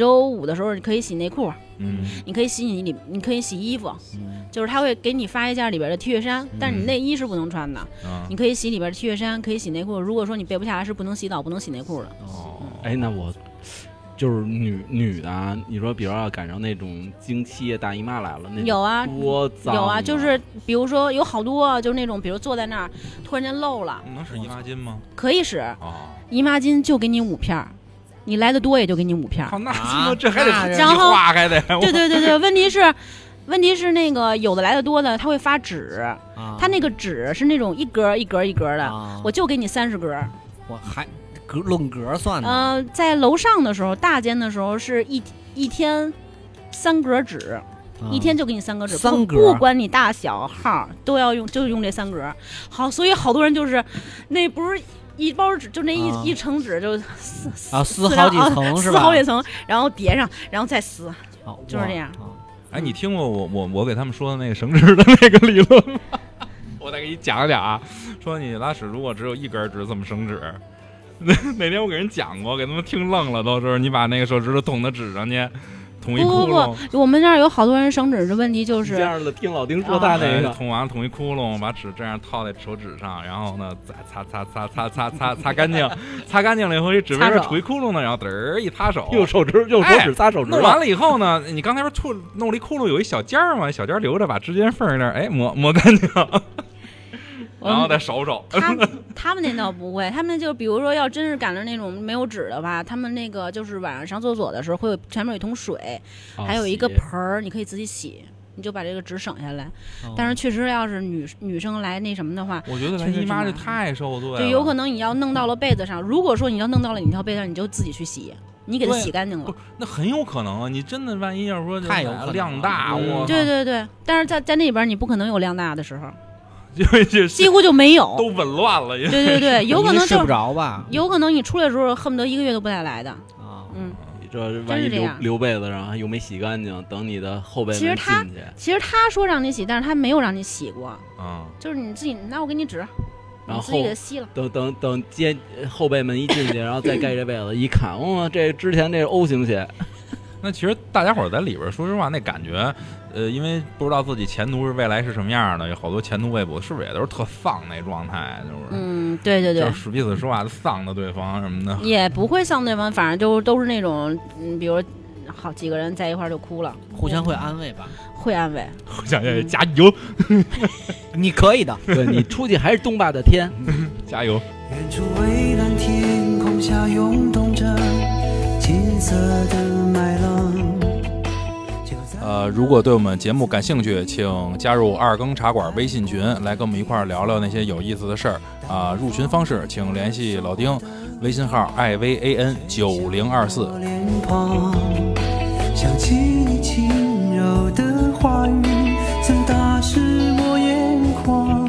5的时候，你可以洗内裤，你可以洗你可以洗衣服，就是他会给你发一件里边的 T 恤衫，但是你内衣是不能穿的，你可以洗里边的 T 恤衫，可以洗内裤。如果说你背不下来，是不能洗澡、不能洗内裤的。 哦， 哎，那我就是女的啊，你说比如要赶上那种经期大姨妈来了，那有啊， 多脏有啊，就是比如说有好多就是那种，比如坐在那儿突然间漏了， 能使姨妈巾吗？ 可以使，姨哦， 妈巾就给你5片，你来的多也就给你5片。 靠，那这还得然后化还得， 对，问题是那个有的来的多的，他会发纸，他那个纸是那种一格一格一格的，我就给你30格， 我还论格算的。 在楼上的时候，大间的时候是一天3格纸。一天就给你3格纸 ，3格， 不管你大小号都要用，就用这3格。好，所以好多人就是那不是一包纸，就那一层纸就撕好几层是吧？ 撕好几层，然后叠上，然后再撕，就是这样。 哎，你听过我给他们说的那个绳纸的那个理论吗？我再给你讲讲啊，说你拉屎如果只有1根纸怎么绳纸？那天我给人讲过，给他们听愣了，都是你把那个手指头捅到纸上去。捅一窟窿， 不，我们这儿有好多人绳纸的问题就是这样的。听老丁说他那个， 捅完了捅一窟窿，把纸这样套在手指上，然后呢再擦干净，擦干净了以后，这纸边杵一窟窿呢，然后嘚儿一擦手， 用手指擦手指。 弄完了以后呢，你刚才不是弄了一窟窿，有一小尖儿嘛，小尖儿留着，把指尖缝那儿，哎，抹干净。然后再手他们那倒不会，他们就比如说要真是赶上那种没有纸的吧，他们那个就是晚上上厕所的时候会有前面有一桶水，还有一个盆儿，你可以自己洗，你就把这个纸省下来。但是确实要是女生来那什么的话， 我觉得来姨妈这太受罪了， 就有可能你要弄到了被子上。如果说你要弄到了你条被子上，你就自己去洗，你给它洗干净了。 不，那很有可能啊！你真的万一要是说太有可能量大， 对，但是在那边你不可能有量大的时候。 就几乎就没有， 都紊乱了。 对，有可能睡不着吧？ 有可能你出来的时候恨不得1个月都不带来的啊。 这万一留被子上又没洗干净，等你的后辈们进去。 其实他说让你洗，但是他没有让你洗过啊。就是你自己，那我给你纸， 然后自己给吸了。 等接后辈们一进去，然后再盖这被子，一看，这之前这是 O 型血。 那其实大家伙在里边，说实话，那感觉，因为不知道自己前途是未来是什么样的，有好多前途未卜，是不是也都是特丧那状态？就是， 对， 就是彼此说话丧的对方什么的， 也不会丧对方，反正就都是那种，比如好几个人在一块就哭了， 互相会安慰吧， 会安慰， 互相加油， 你可以的， 对你出去还是东坝的天， 加油。 远处蔚蓝天空下涌动着金色的麦浪。 如果对我们节目感兴趣，请加入二更茶馆微信群，来跟我们一块儿聊聊那些有意思的事儿啊。入群方式请联系老丁，微信号 IVAN9024。 想起你轻柔的话语，曾打湿我眼眶。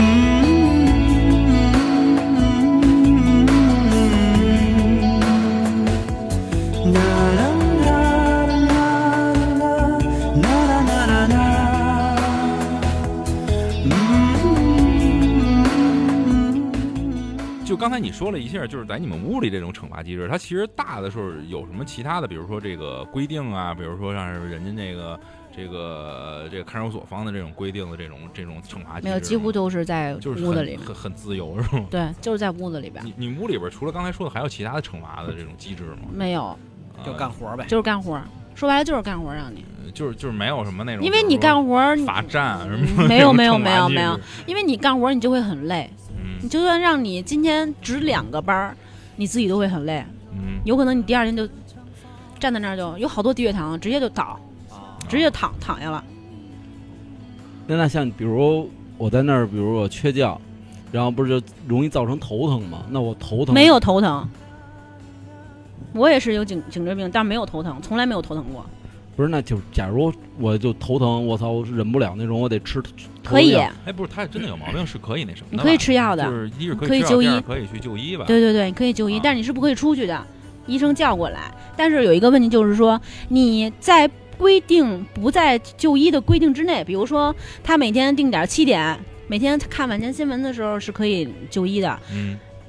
就刚才你说了一下，就是在你们屋里这种惩罚机制，它其实大的时候有什么其他的，比如说这个规定啊，比如说像是人家这个看守所方的这种规定的这种惩罚机制， 没有，几乎都是在屋子里面， 很自由是吗？ 对，就是在屋子里边。 你屋里边除了刚才说的，还有其他的惩罚的这种机制吗？ 没有， 就干活呗， 就是干活。说白了就是干活让你， 就是没有什么那种， 因为你干活罚站什么没有，因为你干活你就会很累。你就算让你今天值2个班，你自己都会很累。有可能你第2天就站在那儿，就有好多低血糖，直接就倒，直接就躺下了。 那像比如我在那儿，比如我缺觉，然后不是就容易造成头疼吗？那我头疼没有头疼，我也是有颈椎病，但没有头疼，从来没有头疼过。 不是，那就假如我就头疼，我操，我忍不了那种，我得吃。 可以， 哎，不是，他真的有毛病是可以那什么的， 你可以吃药的， 就是一是可以就医， 可以去就医吧。 对，你可以就医，但是你是不可以出去的，医生叫过来。但是有一个问题就是说，你在规定不在就医的规定之内，比如说他每天定点7点，每天看晚间新闻的时候是可以就医的。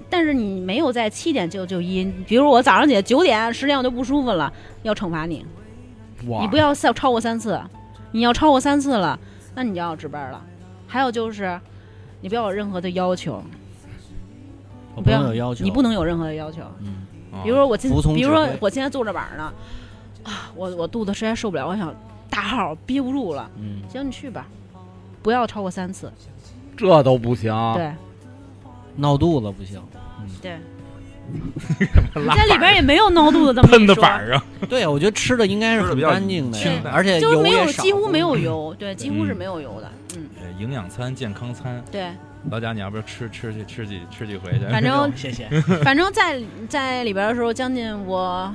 但是你没有在7点就医，比如我早上起来9点10点我就不舒服了，要惩罚你，你不要超过3次，你要超过3次了，那你就要值班了。还有就是你不要有任何的要求， 我不要有要求， 你不能有任何的要求。比如说我今天坐着板呢，啊，我肚子实在受不了，我想大号憋不住了，行你去吧，不要超过3次， 这都不行。 对， 闹肚子不行。 对，在里边也没有闹肚子这么喷的板上。 对，我觉得吃的应该是很干净的，而且就是没有油几乎没有油，对，几乎是没有油的。 营养餐、健康餐。 对。 老贾，你要不要吃几回去？ 反正谢谢。 反正在里边的时候，将近我，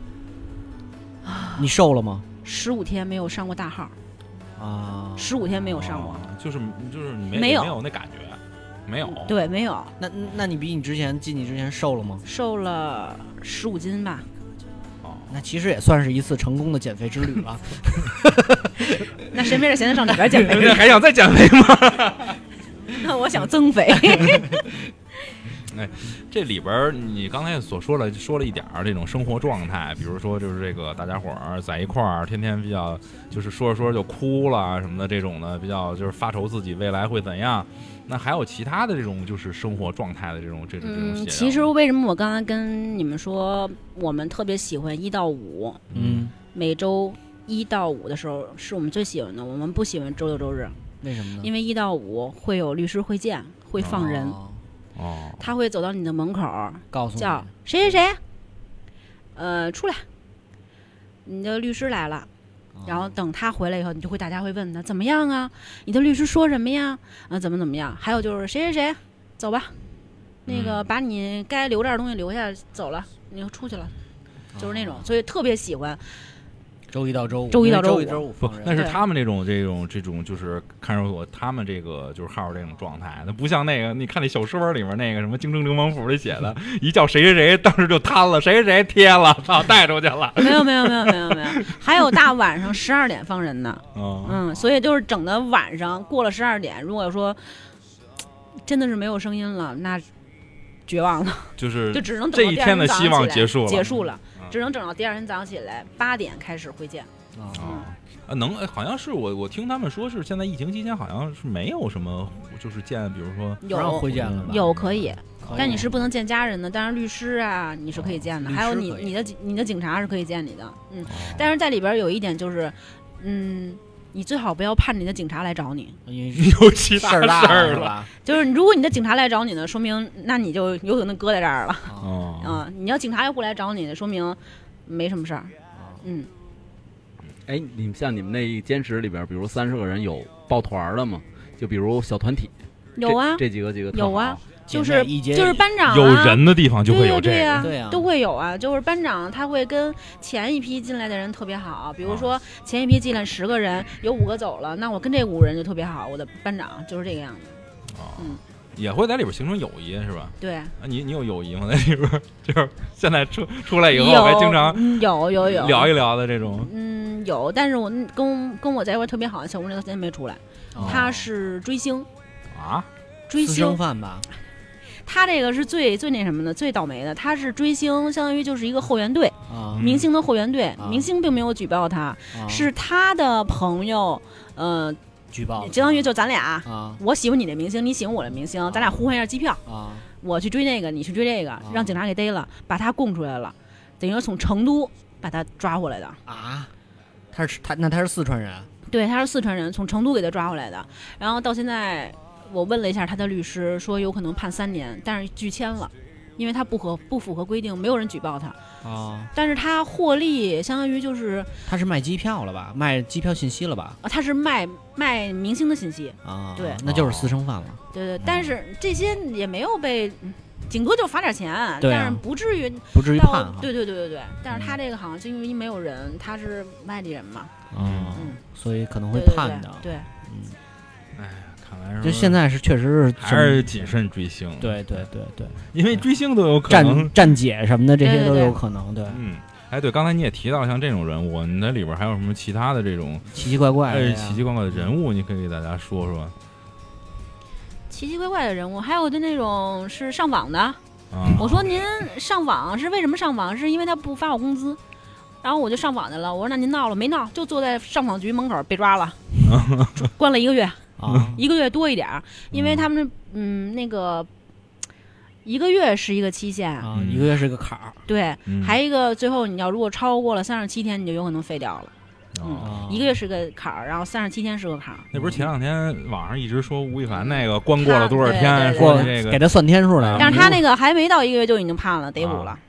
你瘦了吗 ？15天没有上过大号啊 ！15天没有上过， 就是你没有那感觉，没有。 对，没有。 那你比你之前瘦了吗？ 瘦了15斤吧。 哦，那其实也算是一次成功的减肥之旅了。 那谁没事闲着上里边减肥？ 还想再减肥吗？ 那我想增肥。 哎，这里边你刚才说了一点这种生活状态，比如说就是这个大家伙儿在一块儿，天天比较就是说着就哭了什么的这种的，比较就是发愁自己未来会怎样。那还有其他的这种就是生活状态的这种其实为什么我刚才跟你们说我们特别喜欢1到5，每周1到5的时候是我们最喜欢的，我们不喜欢周6周日。 为什么呢？ 因为1到5会有律师会见，会放人。他会走到你的门口， 告诉你叫谁谁谁，出来，你的律师来了。然后等他回来以后，大家会问他怎么样啊？你的律师说什么呀？怎么样？还有就是谁谁谁，走吧，那个把你该留这儿的东西留下，走了，你就出去了，就是那种，所以特别喜欢。 周一到周五不，那是他们这种就是看守所，他们这个就是号这种状态，那不像那个，你看那小说里面那个什么《京城流氓谱》里写的，一叫谁谁谁，当时就瘫了，谁谁谁贴了，操，带出去了。 没有，还有大晚上12点放人呢。所以就是整的晚上过了12点，如果说真的是没有声音了，那绝望了，就只能等到这一天的希望结束了。 只能整到第二天早上起来8点开始会见。 好像是我听他们说是现在疫情期间好像是没有什么就是见，比如说有会见了吧？ 有可以，但你是不能见家人的。当然律师啊你是可以见的，还有你的警察是可以见你的。但是在里边有一点就是，你最好不要盼着你的警察来找你， 有其他事儿了。 就是如果你的警察来找你呢，说明那你就有可能搁在这儿了。你要警察要不来找你，说明没什么事儿。 哎，你们那一监室里边，比如30个人有抱团的吗？就比如小团体。 有啊， 这几个有啊。就是班长有人的地方就会有这个， 对呀，都会有啊。就是班长他会跟前一批进来的人特别好，比如说前一批进来10个人，有5个走了，那我跟这5个人就特别好。我的班长就是这个样子。 也会在里边形成友谊是吧？ 对啊。 你有友谊吗？在里边就是现在出来以后还经常有聊一聊的这种。 有，但是我跟我在一块特别好的小姑娘现在没出来，她是追星啊， 追星私生饭吧。 他这个是最那什么的，最倒霉的。他是追星，相当于就是一个后援队，明星的后援队。明星并没有举报他，是他的朋友， 举报， 相当于就咱俩，我喜欢你的明星，你喜欢我的明星，咱俩互换一下机票，我去追那个，你去追这个，让警察给逮了，把他供出来了，等于从成都把他抓回来的啊。他是四川人， 对，他是四川人，从成都给他抓回来的，然后到现在。我问了一下他的律师，说有可能判3年，但是拒签了，因为他不符合规定，没有人举报他。但是他获利，相当于就是他是卖机票了吧？卖机票信息了吧？ 他是卖明星的信息对， 那就是私生饭了。 对，但是这些也没有被警哥就罚点钱，但是不至于判。 对，但是他这个好像是因为没有人，他是外地人嘛， 所以可能会判的。 对， 就现在是确实是还是谨慎追星， 对， 因为追星都有可能站姐什么的，这些都有可能，对。 对，刚才你也提到像这种人物，你那里边还有什么其他的这种奇奇怪怪的人物，你可以给大家说说。 奇奇怪怪的人物，还有的那种是上访的， 我说您上访是为什么上访？是因为他不发我工资。然后我就上访去了，我说那您闹了没闹？就坐在上访局门口被抓了，关了1个月，1个月多一点，因为他们那个1个月是一个期限啊，1个月是个坎儿。 对，还一个最后你要如果超过了37天，你就有可能废掉了。1个月是个坎儿，然后37天是个坎儿。 那不是前2天网上一直说吴亦凡那个关过了多少天，说这个给他算天数来， 但是他那个还没到1个月就已经判了，逮捕了。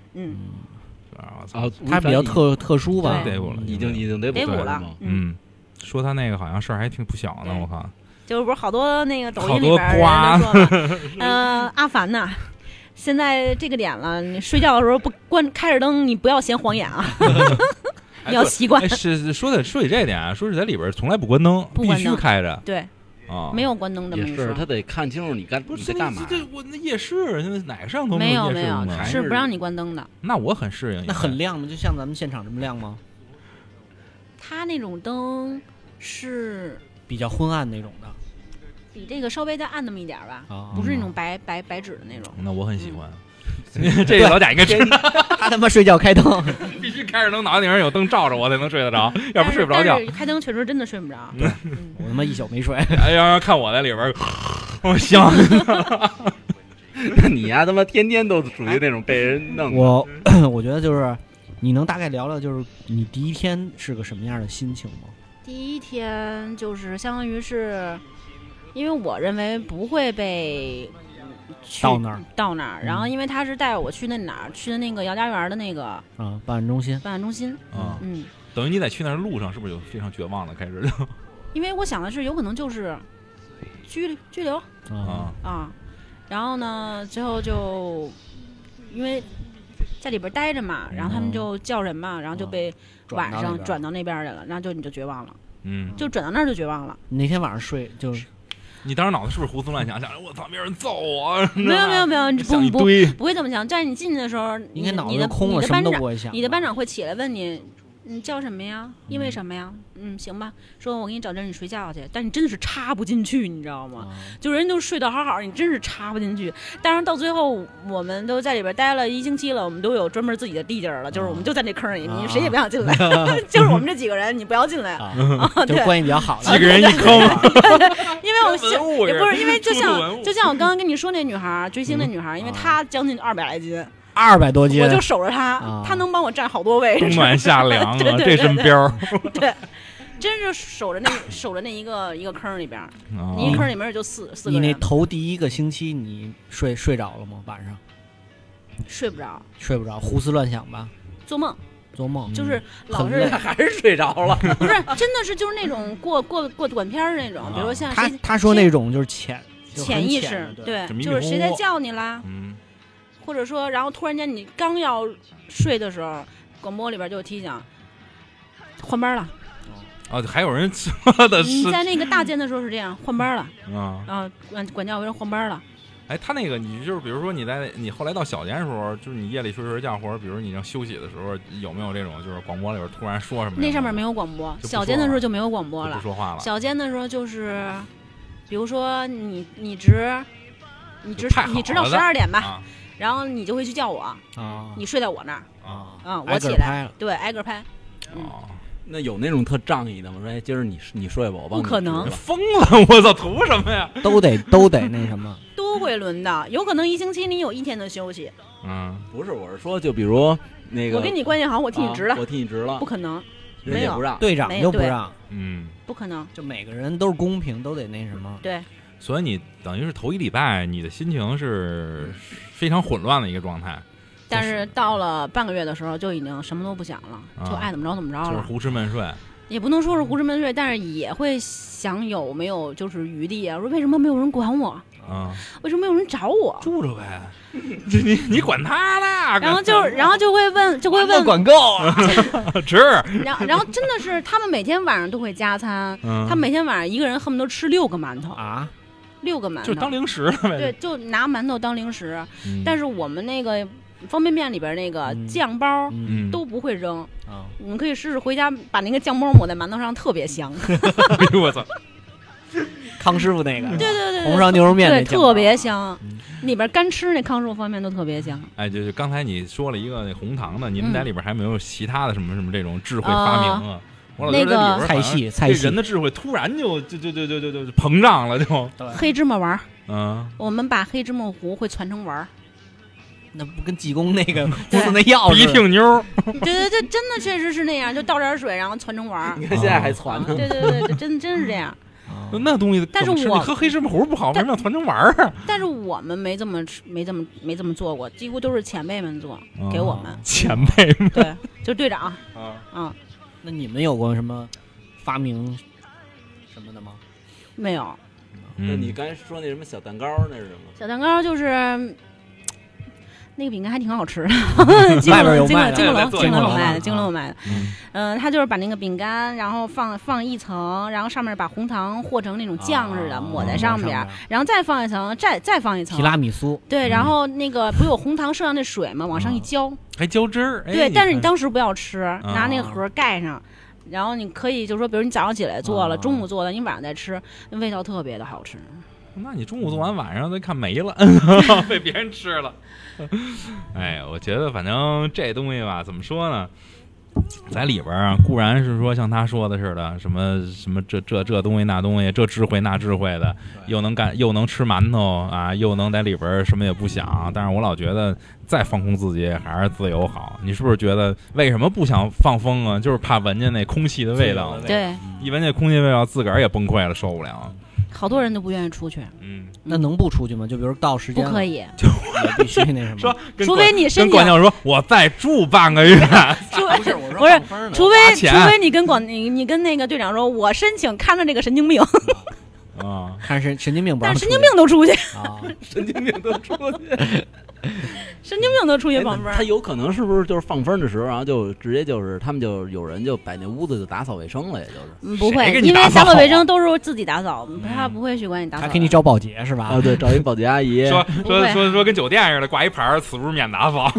他比较特殊吧， 逮捕了， 已经逮捕了。 说他那个好像事儿还挺不小呢，我看。 就是不是好多那个抖音里边人说嘛，阿凡呐，现在这个点了，你睡觉的时候不开着灯，你不要嫌晃眼啊。你要习惯。 是说起这点啊，说是在里边从来不关灯，必须开着。 对。啊，没有关灯的。 也是，他得看清楚你在干嘛。 我那夜市，现在哪个摄像头没有？ 是不让你关灯的。 那我很适应。 那很亮吗？就像咱们现场这么亮吗？ 他那种灯是比较昏暗那种的， 比这个稍微再暗那么一点吧，不是那种白纸的那种。 那我很喜欢。这个老贾应该知道， 他他妈睡觉开灯， 必须开着灯，脑袋顶上有灯照着我才能睡得着，要不睡不着觉。 开灯确实真的睡不着。 对，我他妈1宿没睡。 哎呀，看我在里边，我香。 那你呀，他妈天天都属于那种被人弄。 我觉得就是你能大概聊聊，就是你第一天是个什么样的心情吗？ 第一天就是相当于是，因为我认为不会被。 到那儿， 然后因为他是带我去那哪儿，去的那个姚家园的那个办案中心， 等于你在去那儿路上是不是有非常绝望的开始？ 因为我想的是有可能就是拘留然后呢，最后就因为在里边待着嘛，然后他们就叫人嘛，然后就被晚上转到那边去了，然后你就绝望了，就转到那儿就绝望了。 那天晚上睡就是。 你当时脑子是不是胡思乱想，想着我操，别人揍我？ 没有，不会这么想。在你进去的时候， 应该脑子空了，什么都不会想。 你的班长会起来问你，你叫什么呀？因为什么呀？行吧，说我给你找地儿你睡觉去。但你真的是插不进去，你知道吗？就人都睡得好好，你真是插不进去。但是到最后，我们都在里边待了1星期了，我们都有专门自己的地界了，就是我们就在那坑里，你谁也不要进来，就是我们这几个人，你不要进来就关系比较好的几个人一坑。 因为我也不是因为就像我刚刚跟你说那女孩追星那女孩，因为她将近200来斤。 200多斤， 我就守着他，他能帮我占好多位置， 冬暖夏凉啊，这身膘。 对，真是守着那一个坑里边，你一坑里面就四个人。 你那头第1个星期你睡着了吗？晚上睡不着， 胡思乱想吧， 做梦，就是老是还是睡着了。 不是，真的是就是那种过短片那种，比如说像他说那种就是潜意识，对，就是谁在叫你啦。或者说，然后突然间你刚要睡的时候，广播里边就提醒换班了。 还有人说的是你在那个大间的时候是这样，换班了管教委员换班了。 哎，他那个你就是比如说你后来到小间的时候，就是你夜里睡觉，或者比如你要休息的时候，有没有这种就是广播里边突然说什么？ 那上面没有广播，小间的时候就没有广播了， 不说话了。 小间的时候就是，比如说你直到12点吧。然后你就会去叫我你睡在我那儿我起来，对，挨个拍。 那有那种特仗义的吗？说今儿你睡吧，我帮你。 不可能， 疯了！我操，图什么呀？ 都得那什么， 都会轮的。有可能1星期你有1天的休息。 不是，我是说，就比如那个， 我跟你关系好，我替你值了， 我替你值了， 不可能， 没有不让， 队长就不让， 不可能， 就每个人都是公平，都得那什么。 对。 所以你等于是头1礼拜，你的心情是非常混乱的一个状态。 但是到了半个月的时候，就已经什么都不想了，就爱怎么着怎么着了， 就是胡吃闷睡。 也不能说是胡吃闷睡，但是也会想有没有就是余地啊？说为什么没有人管我？为什么没有人找我？ 住着呗，你管他呢？ 然后就会问管够啊， 吃。 然后真的是他们每天晚上都会加餐，他每天晚上一个人恨不得吃6个馒头啊。 6个馒头就当零食了呗。 对，就拿馒头当零食。但是我们那个方便面里边那个酱包都不会扔你们可以试试回家把那个酱包抹在馒头上，特别香。 哎呦我操！ 康师傅那个， 对， 红烧牛肉面对， 那酱特别香，里边干吃那康师傅方便面都特别香。 哎，就是刚才你说了一个那红糖的，你们在里边还没有其他的什么这种智慧发明啊？我老觉得里边菜系人的智慧突然就膨胀了，就黑芝麻丸儿， 我们把黑芝麻糊会传成丸儿。 那不跟济公那个胡子那药鼻涕妞？ 对，真的确实是那样，就倒点水，然后传成丸儿。 你看现在还传呢。 对，真是这样。 那东西， 但是你喝黑芝麻糊不好，为什么要传成丸儿？ 但是我们没这么做过，几乎都是前辈们做给我们。 前辈们， 对，就是队长。 那你们有过什么发明什么的吗？ 没有。 那你刚才说那什么小蛋糕那是什么？ 小蛋糕就是。那个饼干还挺好吃的， 外边有卖的， 京乐卖的。他就是把那个饼干，然后放一层，然后上面把红糖和成那种酱似的抹在上面，然后再放一层，再放一层提拉米苏。 对，然后那个不有红糖射上那水吗？往上一浇， 还浇汁儿。 对，但是你当时不要吃，拿那个盒盖上。然后你可以就是说，比如你早上起来做了，中午做的，你晚上再吃，那味道特别的好吃。 那你中午做完，晚上再看没了，被别人吃了。哎，我觉得反正这东西吧，怎么说呢，在里边啊，固然是说像他说的似的，什么这东西那东西，这智慧那智慧的，又能吃馒头啊，又能在里边什么也不想。但是我老觉得再放空自己还是自由好。你是不是觉得为什么不想放风啊？就是怕闻见那空气的味道。 对， 一闻见空气味道，自个儿也崩溃了，受不了。 好多人都不愿意出去。 那能不出去吗？就比如到时间不可以， 就必须那什么。 说， 除非你身体跟管教说，我再住半个月。 不是，除非你跟那个队长说，我申请看着这个神经病。 看神经病不让出去， 但神经病都出去神经病都出去， 神经病都出去放风。 他有可能是不是就是放风的时候，然后就直接就是他们就有人就把那屋子就打扫卫生了，也就是不会，因为打扫卫生都是自己打扫，他不会去管你打扫。 他给你找保洁是吧？ 啊，对，找一保洁阿姨， 说跟酒店似的，挂一牌此屋免打扫。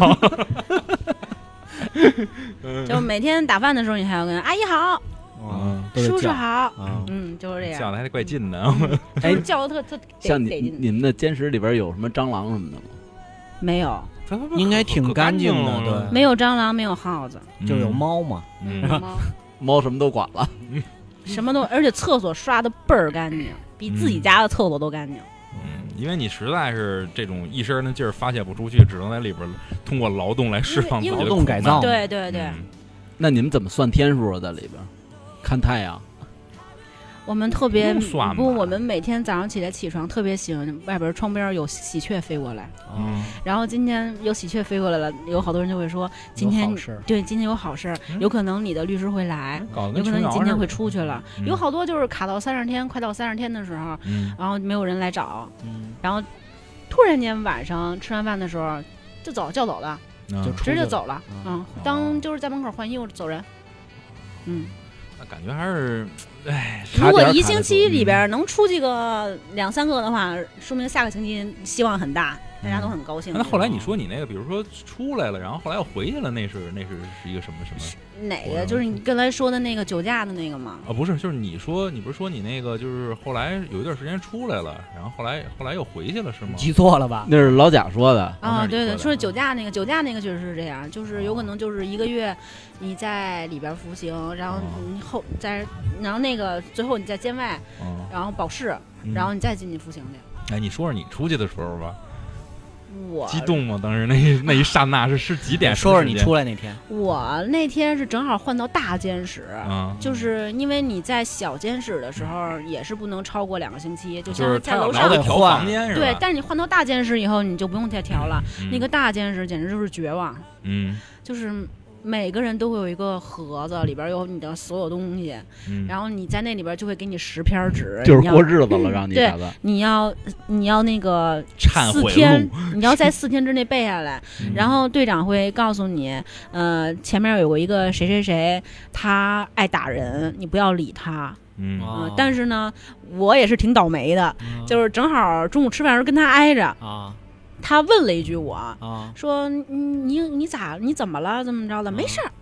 就每天打饭的时候，你还要跟阿姨好。叔叔好，就是这样， 叫的还得怪近的， 哎，叫的特像你们的监室里边有什么蟑螂什么的吗？ 没有， 应该挺干净的，对， 没有蟑螂，没有耗子， 就有猫嘛， 猫什么都管了， 什么都，而且厕所刷的倍儿干净，比自己家的厕所都干净。 因为你实在是这种一身的劲儿发泄不出去，只能在里边通过劳动来释放自己的劳动改造。 对， 那你们怎么算天数啊？在里边？看太阳， 我们特别不，我们每天早上起床特别喜欢外边窗边有喜鹊飞过来，然后今天有喜鹊飞过来了，有好多人就会说今天有好事，有可能你的律师会来，有可能你今天会出去了，有好多就是卡到30天，快到30天的时候，然后没有人来找，然后突然间晚上吃完饭的时候就叫走了，就直接走了，当就是在门口换衣服走人， 感觉还是，哎， 如果一星期里边能出去个2-3个的话，说明下个星期希望很大，大家都很高兴。 那后来你说你那个，比如说出来了，然后后来又回去了，那是一个什么？ 哪个？就是你刚才说的那个酒驾的那个吗？ 不是，就是你不是说你那个，就是后来有一段时间出来了，然后后来又回去了，是吗？ 记错了吧？ 那是老贾说的啊，对，说酒驾那个确实是这样，就是有可能就是1个月你在里边服刑，然后你然后那个最后你在监外，然后保释，然后你再进去服刑去。 哎，你说说你出去的时候吧。 我激动吗？当时那一刹那是几点？ 说说你出来那天。 我那天是正好换到大监室，就是因为你在小监室的时候也是不能超过2个星期，就像在楼上调房间是吧？ 对，但是你换到大监室以后，你就不用再调了。那个大监室简直就是绝望，就是每个人都会有一个盒子，里边有你的所有东西，然后你在那里边就会给你10篇纸， 就是过日子了，让你对，你要那个4天，你要在4天之内背下来，然后队长会告诉你，前面有过一个谁谁谁，他爱打人，你不要理他。但是呢，我也是挺倒霉的，就是正好中午吃饭时候跟他挨着他问了一句我，说你怎么了？怎么着的？没事儿啊，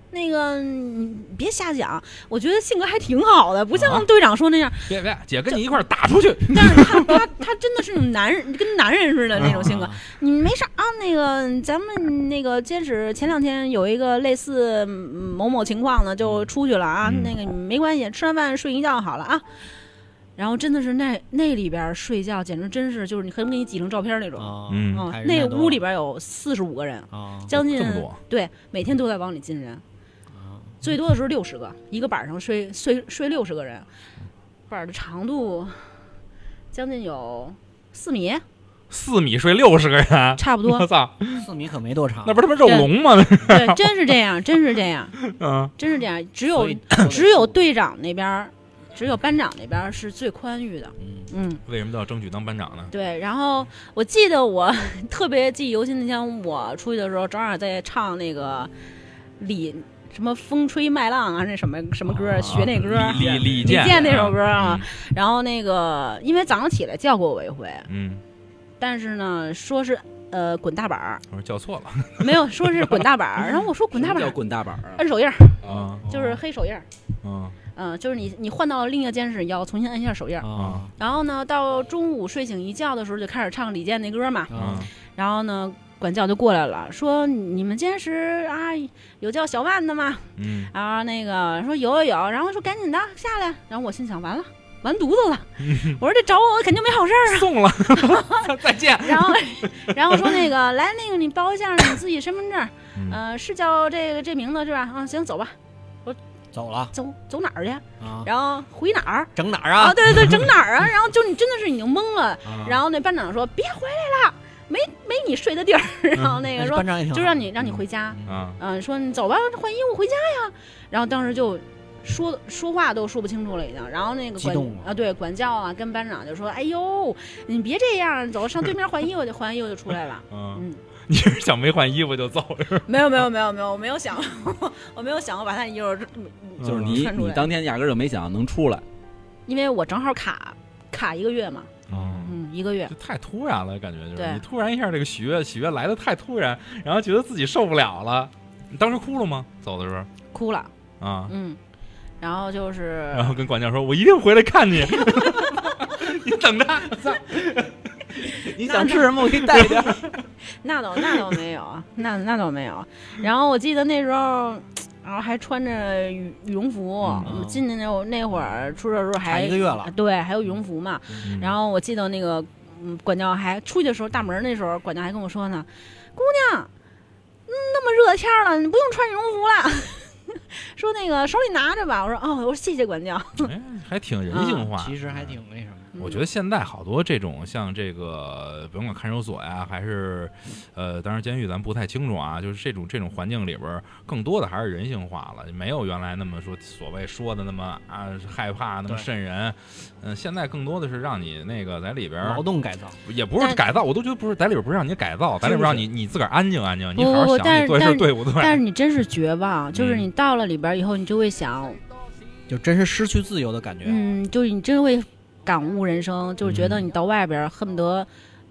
那个你别瞎讲，我觉得性格还挺好的，不像队长说那样。 别，姐跟你一块打出去。 但是他真的是那种男人，跟男人似的那种性格。你没啥啊？那个咱们那个监室前2天有一个类似某某情况呢，就出去了啊。那个没关系，吃完饭睡一觉好了啊。然后真的是那里边睡觉简直真是就是你恨不得给你挤成照片那种。那屋里边有45个人，将近这么多。 对，每天都在往里进人。最多的时候60个，一个板上睡60个人，板的长度将近有4米 ，4米睡60个人， 差不多。 我操 ，4米可没多长， 那不是他妈肉龙吗？ 对，真是这样，真是这样，真是这样。只有队长那边，只有班长那边是最宽裕的。 为什么都要争取当班长呢？ 对，然后我记得我特别记忆犹新，那天我出去的时候，正好在唱那个什么风吹麦浪啊，那什么歌，学那歌，李健那首歌啊。然后那个，因为早上起来叫过我一回，但是呢，说是滚大板， 我说叫错了， 没有，说是滚大板。然后我说滚大板， 叫滚大板， 摁手印就是黑手印就是你换到另一个监室要重新摁一下手印然后呢，到中午睡醒一觉的时候就开始唱李健那歌嘛，然后呢。管教就过来了，说你们监室啊有叫小万的吗？然后那个说有，然后说赶紧的下来，然后我心想完了，完犊子了，我说这找我肯定没好事啊， 送了，再见。 然后说那个来那个你报一下你自己身份证，是叫这名字是吧？行走吧，我走了， 走哪儿去？然后回哪儿？ 整哪儿啊？ 对，整哪儿啊？然后就你真的是已经懵了，然后那班长说别回来了。没你睡的地儿，然后那个说就让你回家，说你走吧，换衣服回家呀。然后当时就说话都说不清楚了已经。然后那个管教啊，跟班长就说：“哎呦，你别这样，走上对面换衣服，换衣服就出来了。” 你是想没换衣服就走是吧？ 没有，我没有想过把他衣服就是你当天压根就没想能出来， 因为我正好卡1个月嘛。1个月就太突然了，感觉就是你突然一下这个喜悦来的太突然，然后觉得自己受不了了。你当时哭了吗？走的时候哭了啊， 然后然后跟管教说：“我一定回来看你，你等着。” 你想吃什么？我给你带点。 那倒没有，那倒没有。然后我记得那时候。然后还穿着羽绒服，进去那会儿出事的时候还 1个月了， 对，还有羽绒服嘛。然后我记得那个管教还出去的时候，大门那时候管教还跟我说呢：“姑娘，那么热的天了，你不用穿羽绒服了。”说那个手里拿着吧。我说谢谢管教。 还挺人性化， 其实还挺那什么。 我觉得现在好多这种像这个，甭管看守所呀，还是当然监狱咱不太清楚啊，就是这种环境里边，更多的还是人性化了，没有原来那么所谓说的那么害怕，那么瘆人。现在更多的是让你那个在里边劳动改造， 也不是改造，我都觉得不是在里边不是让你改造，在里边让你自个儿安静安静，你好好想你做事对不对？ 但是你真是绝望，就是你到了里边以后，你就会想， 就真是失去自由的感觉。 就是你真会感悟人生，就是觉得你到外边恨不得，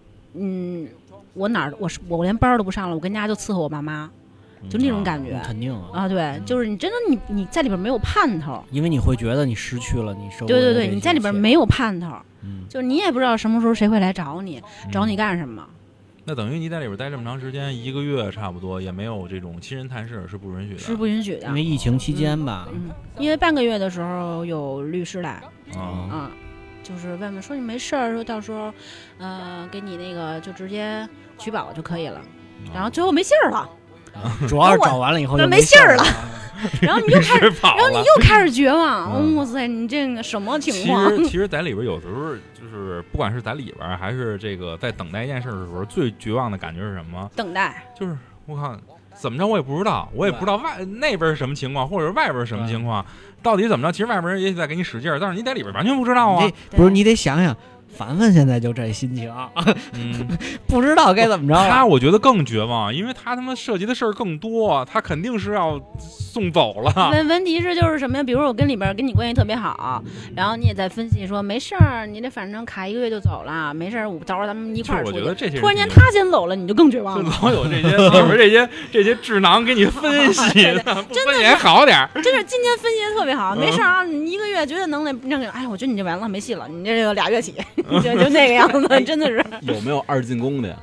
我连班都不上了，我跟家就伺候我爸妈，就那种感觉。 肯定对，就是你真的你在里边没有盼头， 因为你会觉得你失去了你生活。 对，你在里边没有盼头，就是你也不知道什么时候谁会来找你干什么。 那等于你在里边待这么长时间，1个月差不多，也没有这种亲人探视，是不允许的。 是不允许的， 因为疫情期间吧。 因为半个月的时候有律师来，就是问问说你没事儿，说到时候，给你那个就直接取保就可以了。然后最后没信儿了， 主要是找完了以后就没信儿了。然后你又开始绝望，哇塞，你这个什么情况？ 其实在里边有时候就是不管是在里边还是这个在等待一件事的时候，最绝望的感觉是什么？ 等待， 就是我靠，怎么着我也不知道，我也不知道那边是什么情况，或者是外边是什么情况，到底怎么着？其实外边人也在给你使劲儿，但是你在里边完全不知道啊。 不是，你得想想， 凡凡现在就这心情，不知道该怎么着。 他我觉得更绝望，因为他妈涉及的事儿更多，他肯定是要送走了。 问题是就是什么呀？比如我跟里边跟你关系特别好，然后你也在分析说没事儿，你这反正卡1个月就走了，没事儿，到时候咱们一块儿出去。 我觉得这些突然间他先走了，你就更绝望了。 老有这些里边这些智囊给你分析，不分析还好点儿。 真是今天分析的特别好，没事啊，你1个月觉得能那个，哎，我觉得你这完了没戏了，你这个2月起。就那个样子，真的是。 有没有2进攻的呀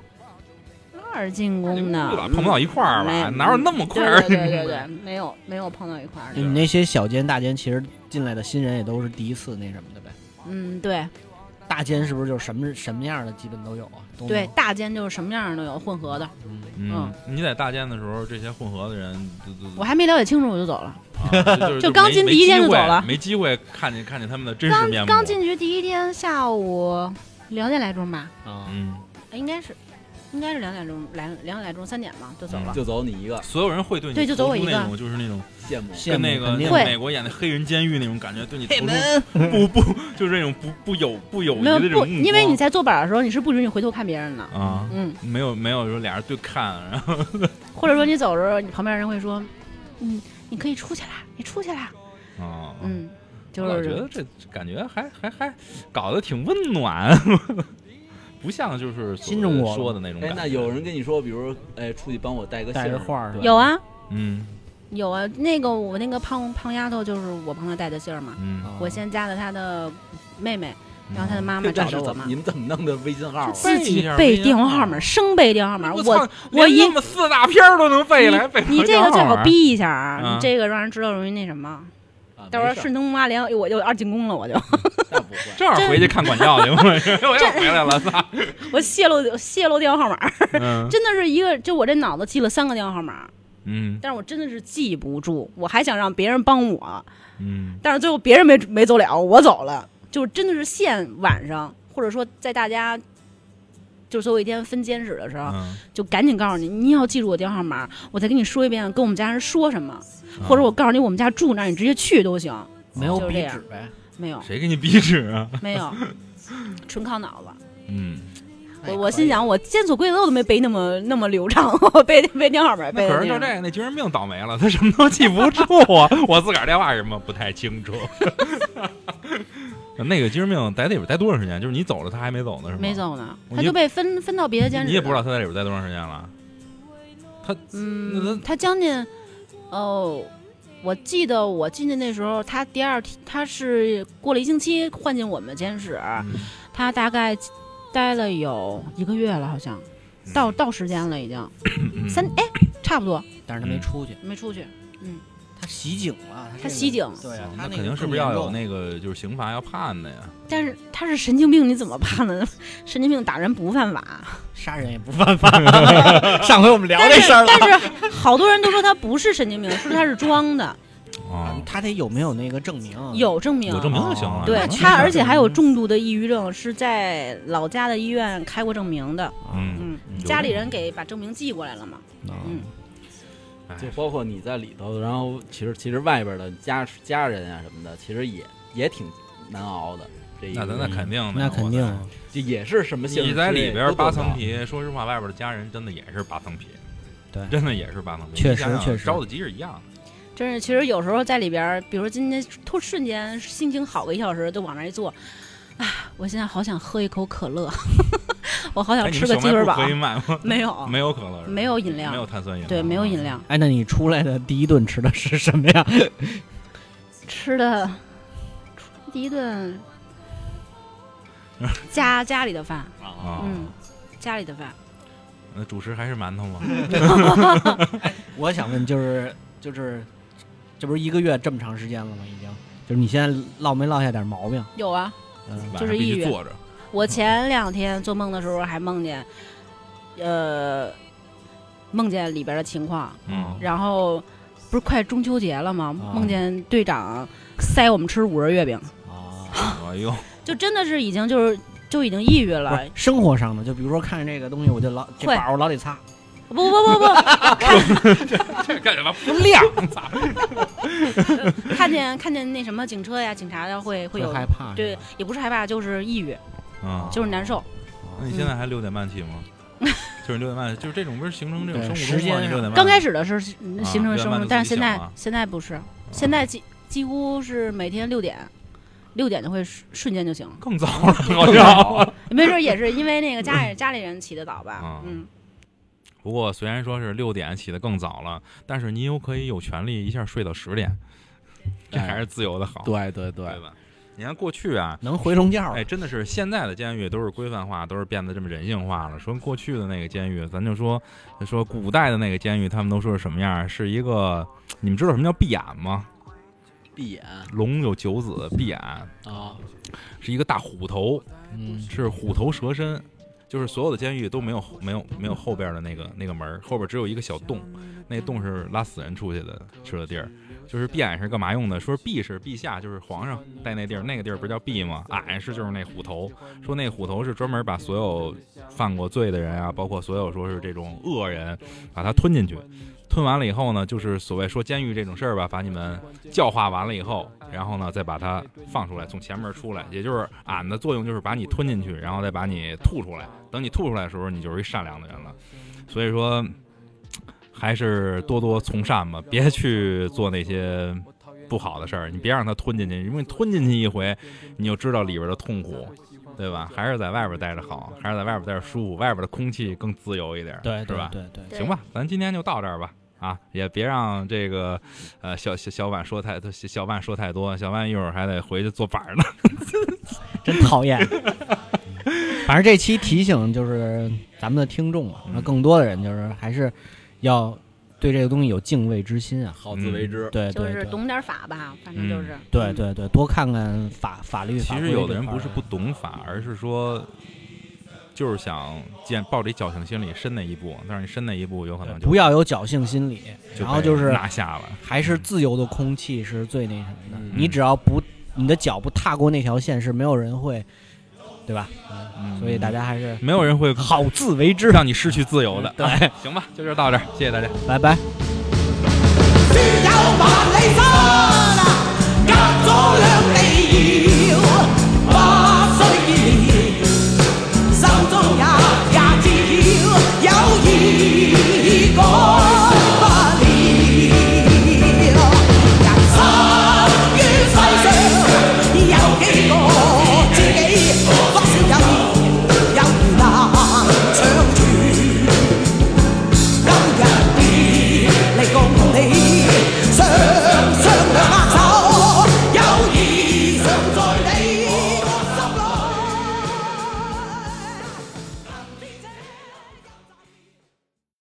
？2进攻的碰不到一块儿吧？哪有那么快？ 对，没有碰到一块儿。 你那些小监大监，其实进来的新人也都是第一次那什么的呗。 对。 大监是不是就是什么样的基本都有啊？ 对，大监就是什么样都有，混合的。 你在大监的时候，这些混合的人， 我还没了解清楚我就走了。 就刚进第一天就走了， 没机会看见他们的真实面目。 刚进去第一天下午2点来钟吧，应该是2点钟2点来钟3点嘛就走了， 就走你一个， 所有人会对你对就走我一个， 就是那种羡慕， 跟那个美国演的黑人监狱那种感觉，对你投出不就是那种不友谊的这种目光， 因为你在坐板的时候你是不允许回头看别人的啊，没有说俩人对看，然后或者说你走的时候，你旁边人会说，你可以出去啦，你出去啦，就是我觉得这感觉还搞得挺温暖。不像就是新中国说的那种感觉。 那有人跟你说，比如出去帮我带个画， 有啊， 有啊。那个我那个胖丫头就是我帮她带的信儿嘛。我先加了她的妹妹，然后她的妈妈找的我嘛。 你们怎么弄的微信号？ 自己背电话号码，生背电话号码。我那么4大片都能背来，背你这个最好逼一下啊！你这个让人知道容易那什么。到时候顺东妈我就2进攻了，我就。 正好回去看管教去，我又回来了， 我泄露电话号码，真的是一个，就我这脑子记了3个电话号码，但是我真的是记不住，我还想让别人帮我，但是最后别人没走了，我走了，就真的是晚上，或者说在大家就最后一天分监室的时候，就赶紧告诉你要记住我电话号码，我再跟你说一遍，跟我们家人说什么，或者我告诉你我们家住哪儿，你直接去都行， 没有壁纸呗。 没有， 谁给你逼纸啊？ 没有，纯靠脑子。我心想，我监所规则我都没背那么流畅，我背电话号码背。 可是就这那精神病倒霉了，他什么都记不住啊！我自个儿电话什么不太清楚。那个精神病在里边待多长时间？就是你走了，他还没走呢，是吗？ 没走呢，他就被分到别的监室。 你也不知道他在里边待多长时间了。 他将近我记得我进去那时候，他是过了1星期换进我们监室，他大概待了有1个月了，好像到时间了已经差不多， 但是他没出去，他袭警了， 他袭警， 对啊， 他肯定是不是要有那个就是刑罚要判的呀？ 但是他是神经病，你怎么判呢？神经病打人不犯法， 杀人也不犯法。上回我们聊这事儿了， 但是好多人都说他不是神经病，说他是装的。 他得有没有那个证明？ 有证明， 有证明就行了。 对他，而且还有重度的抑郁症，是在老家的医院开过证明的。家里人把证明寄过来了嘛。 就包括你在里头，然后其实外边的家人啊什么的，其实也挺难熬的。 那肯定的， 那肯定， 就也是什么性质。 你在里边8层皮，说实话，外边的家人真的也是8层皮， 对， 真的也是8层皮， 确实着的急是一样的。 真是，其实有时候在里边，比如说今天瞬间心情好个1小时，都往那一坐，我现在好想喝一口可乐，我好想吃个鸡腿堡。 可以买吗？ 没有， 没有可乐， 没有饮料， 没有碳酸饮料， 对，没有饮料。 那你出来的第一顿吃的是什么呀？ 吃的第一顿家里的饭家里的饭。 那主食还是馒头吗？ 我想问，就是这不是1个月这么长时间了吗？已经，就是你现在落没落下点毛病？ 有啊，就是抑郁。 坐着。 我前2天做梦的时候还梦见里边的情况，然后不是快中秋节了吗？梦见队长塞我们吃5仁月饼。 哎呦， 就真的是已经就已经抑郁了。 生活上的，就比如说看见这个东西，我就这把我老得擦。 不， 这干什么不亮？ 看见那什么警车呀、警察呀，会有害怕。 对，也不是害怕，就是抑郁。 就是难受。 那你现在还6点半起吗？就是6点半，就是这种不是形成这种生物时间 6点半。 刚开始的是形成生物，但是现在不是，现在几乎是每天6点就会瞬间就醒了。 更早了，好像没准也是因为那个家里人起得早吧。 不过虽然说是6点起得更早了，但是你可以有权利一下睡到10点，这还是自由的好。 对吧？你看过去啊， 能回笼觉， 哎，真的是现在的监狱都是规范化，都是变得这么人性化了。说过去的那个监狱，咱就说古代的那个监狱，他们都说是什么样？是一个，你们知道什么叫闭眼吗？ 闭眼， 龙有9子，闭眼是一个大虎头，是虎头蛇身。就是所有的监狱都没有后边的那个门，后边只有一个小洞，那洞是拉死人出去的吃的地儿。就是闭眼是干嘛用的？说闭是陛下，就是皇上待那地儿，那个地儿不叫闭吗？俺是就是那虎头，说那虎头是专门把所有犯过罪的人啊，包括所有说是这种恶人，把他吞进去。吞完了以后呢，就是所谓说监狱这种事儿吧，把你们教化完了以后，然后呢再把它放出来，从前门出来，也就是俺的作用就是把你吞进去，然后再把你吐出来。等你吐出来的时候，你就是一善良的人了。所以说，还是多多从善吧，别去做那些不好的事儿。你别让它吞进去，因为吞进去一回，你就知道里边的痛苦。对吧？还是在外边待着好，还是在外边待着舒服，外边的空气更自由一点， 对， 是吧？ 对， 行吧，咱今天就到这儿吧。啊，也别让这个小万说太多，小万一会儿还得回去做板呢， 真讨厌。反正这期提醒就是咱们的听众嘛，那更多的人就是还是要对这个东西有敬畏之心啊， 好自为之。 对， 就是懂点法吧，反正就是。 对，多看看法律。 其实有的人不是不懂法，而是说。就是想抱着侥幸心理深那一步，但是你深那一步有可能就不要有侥幸心理，然后就是拿下了， 还是自由的空气是最那什么的。你只要你的脚不踏过那条线，是没有人会，对吧？所以大家还是没有人会好自为之， 让你失去自由的。 对， 行吧，就到这儿，谢谢大家， 拜拜。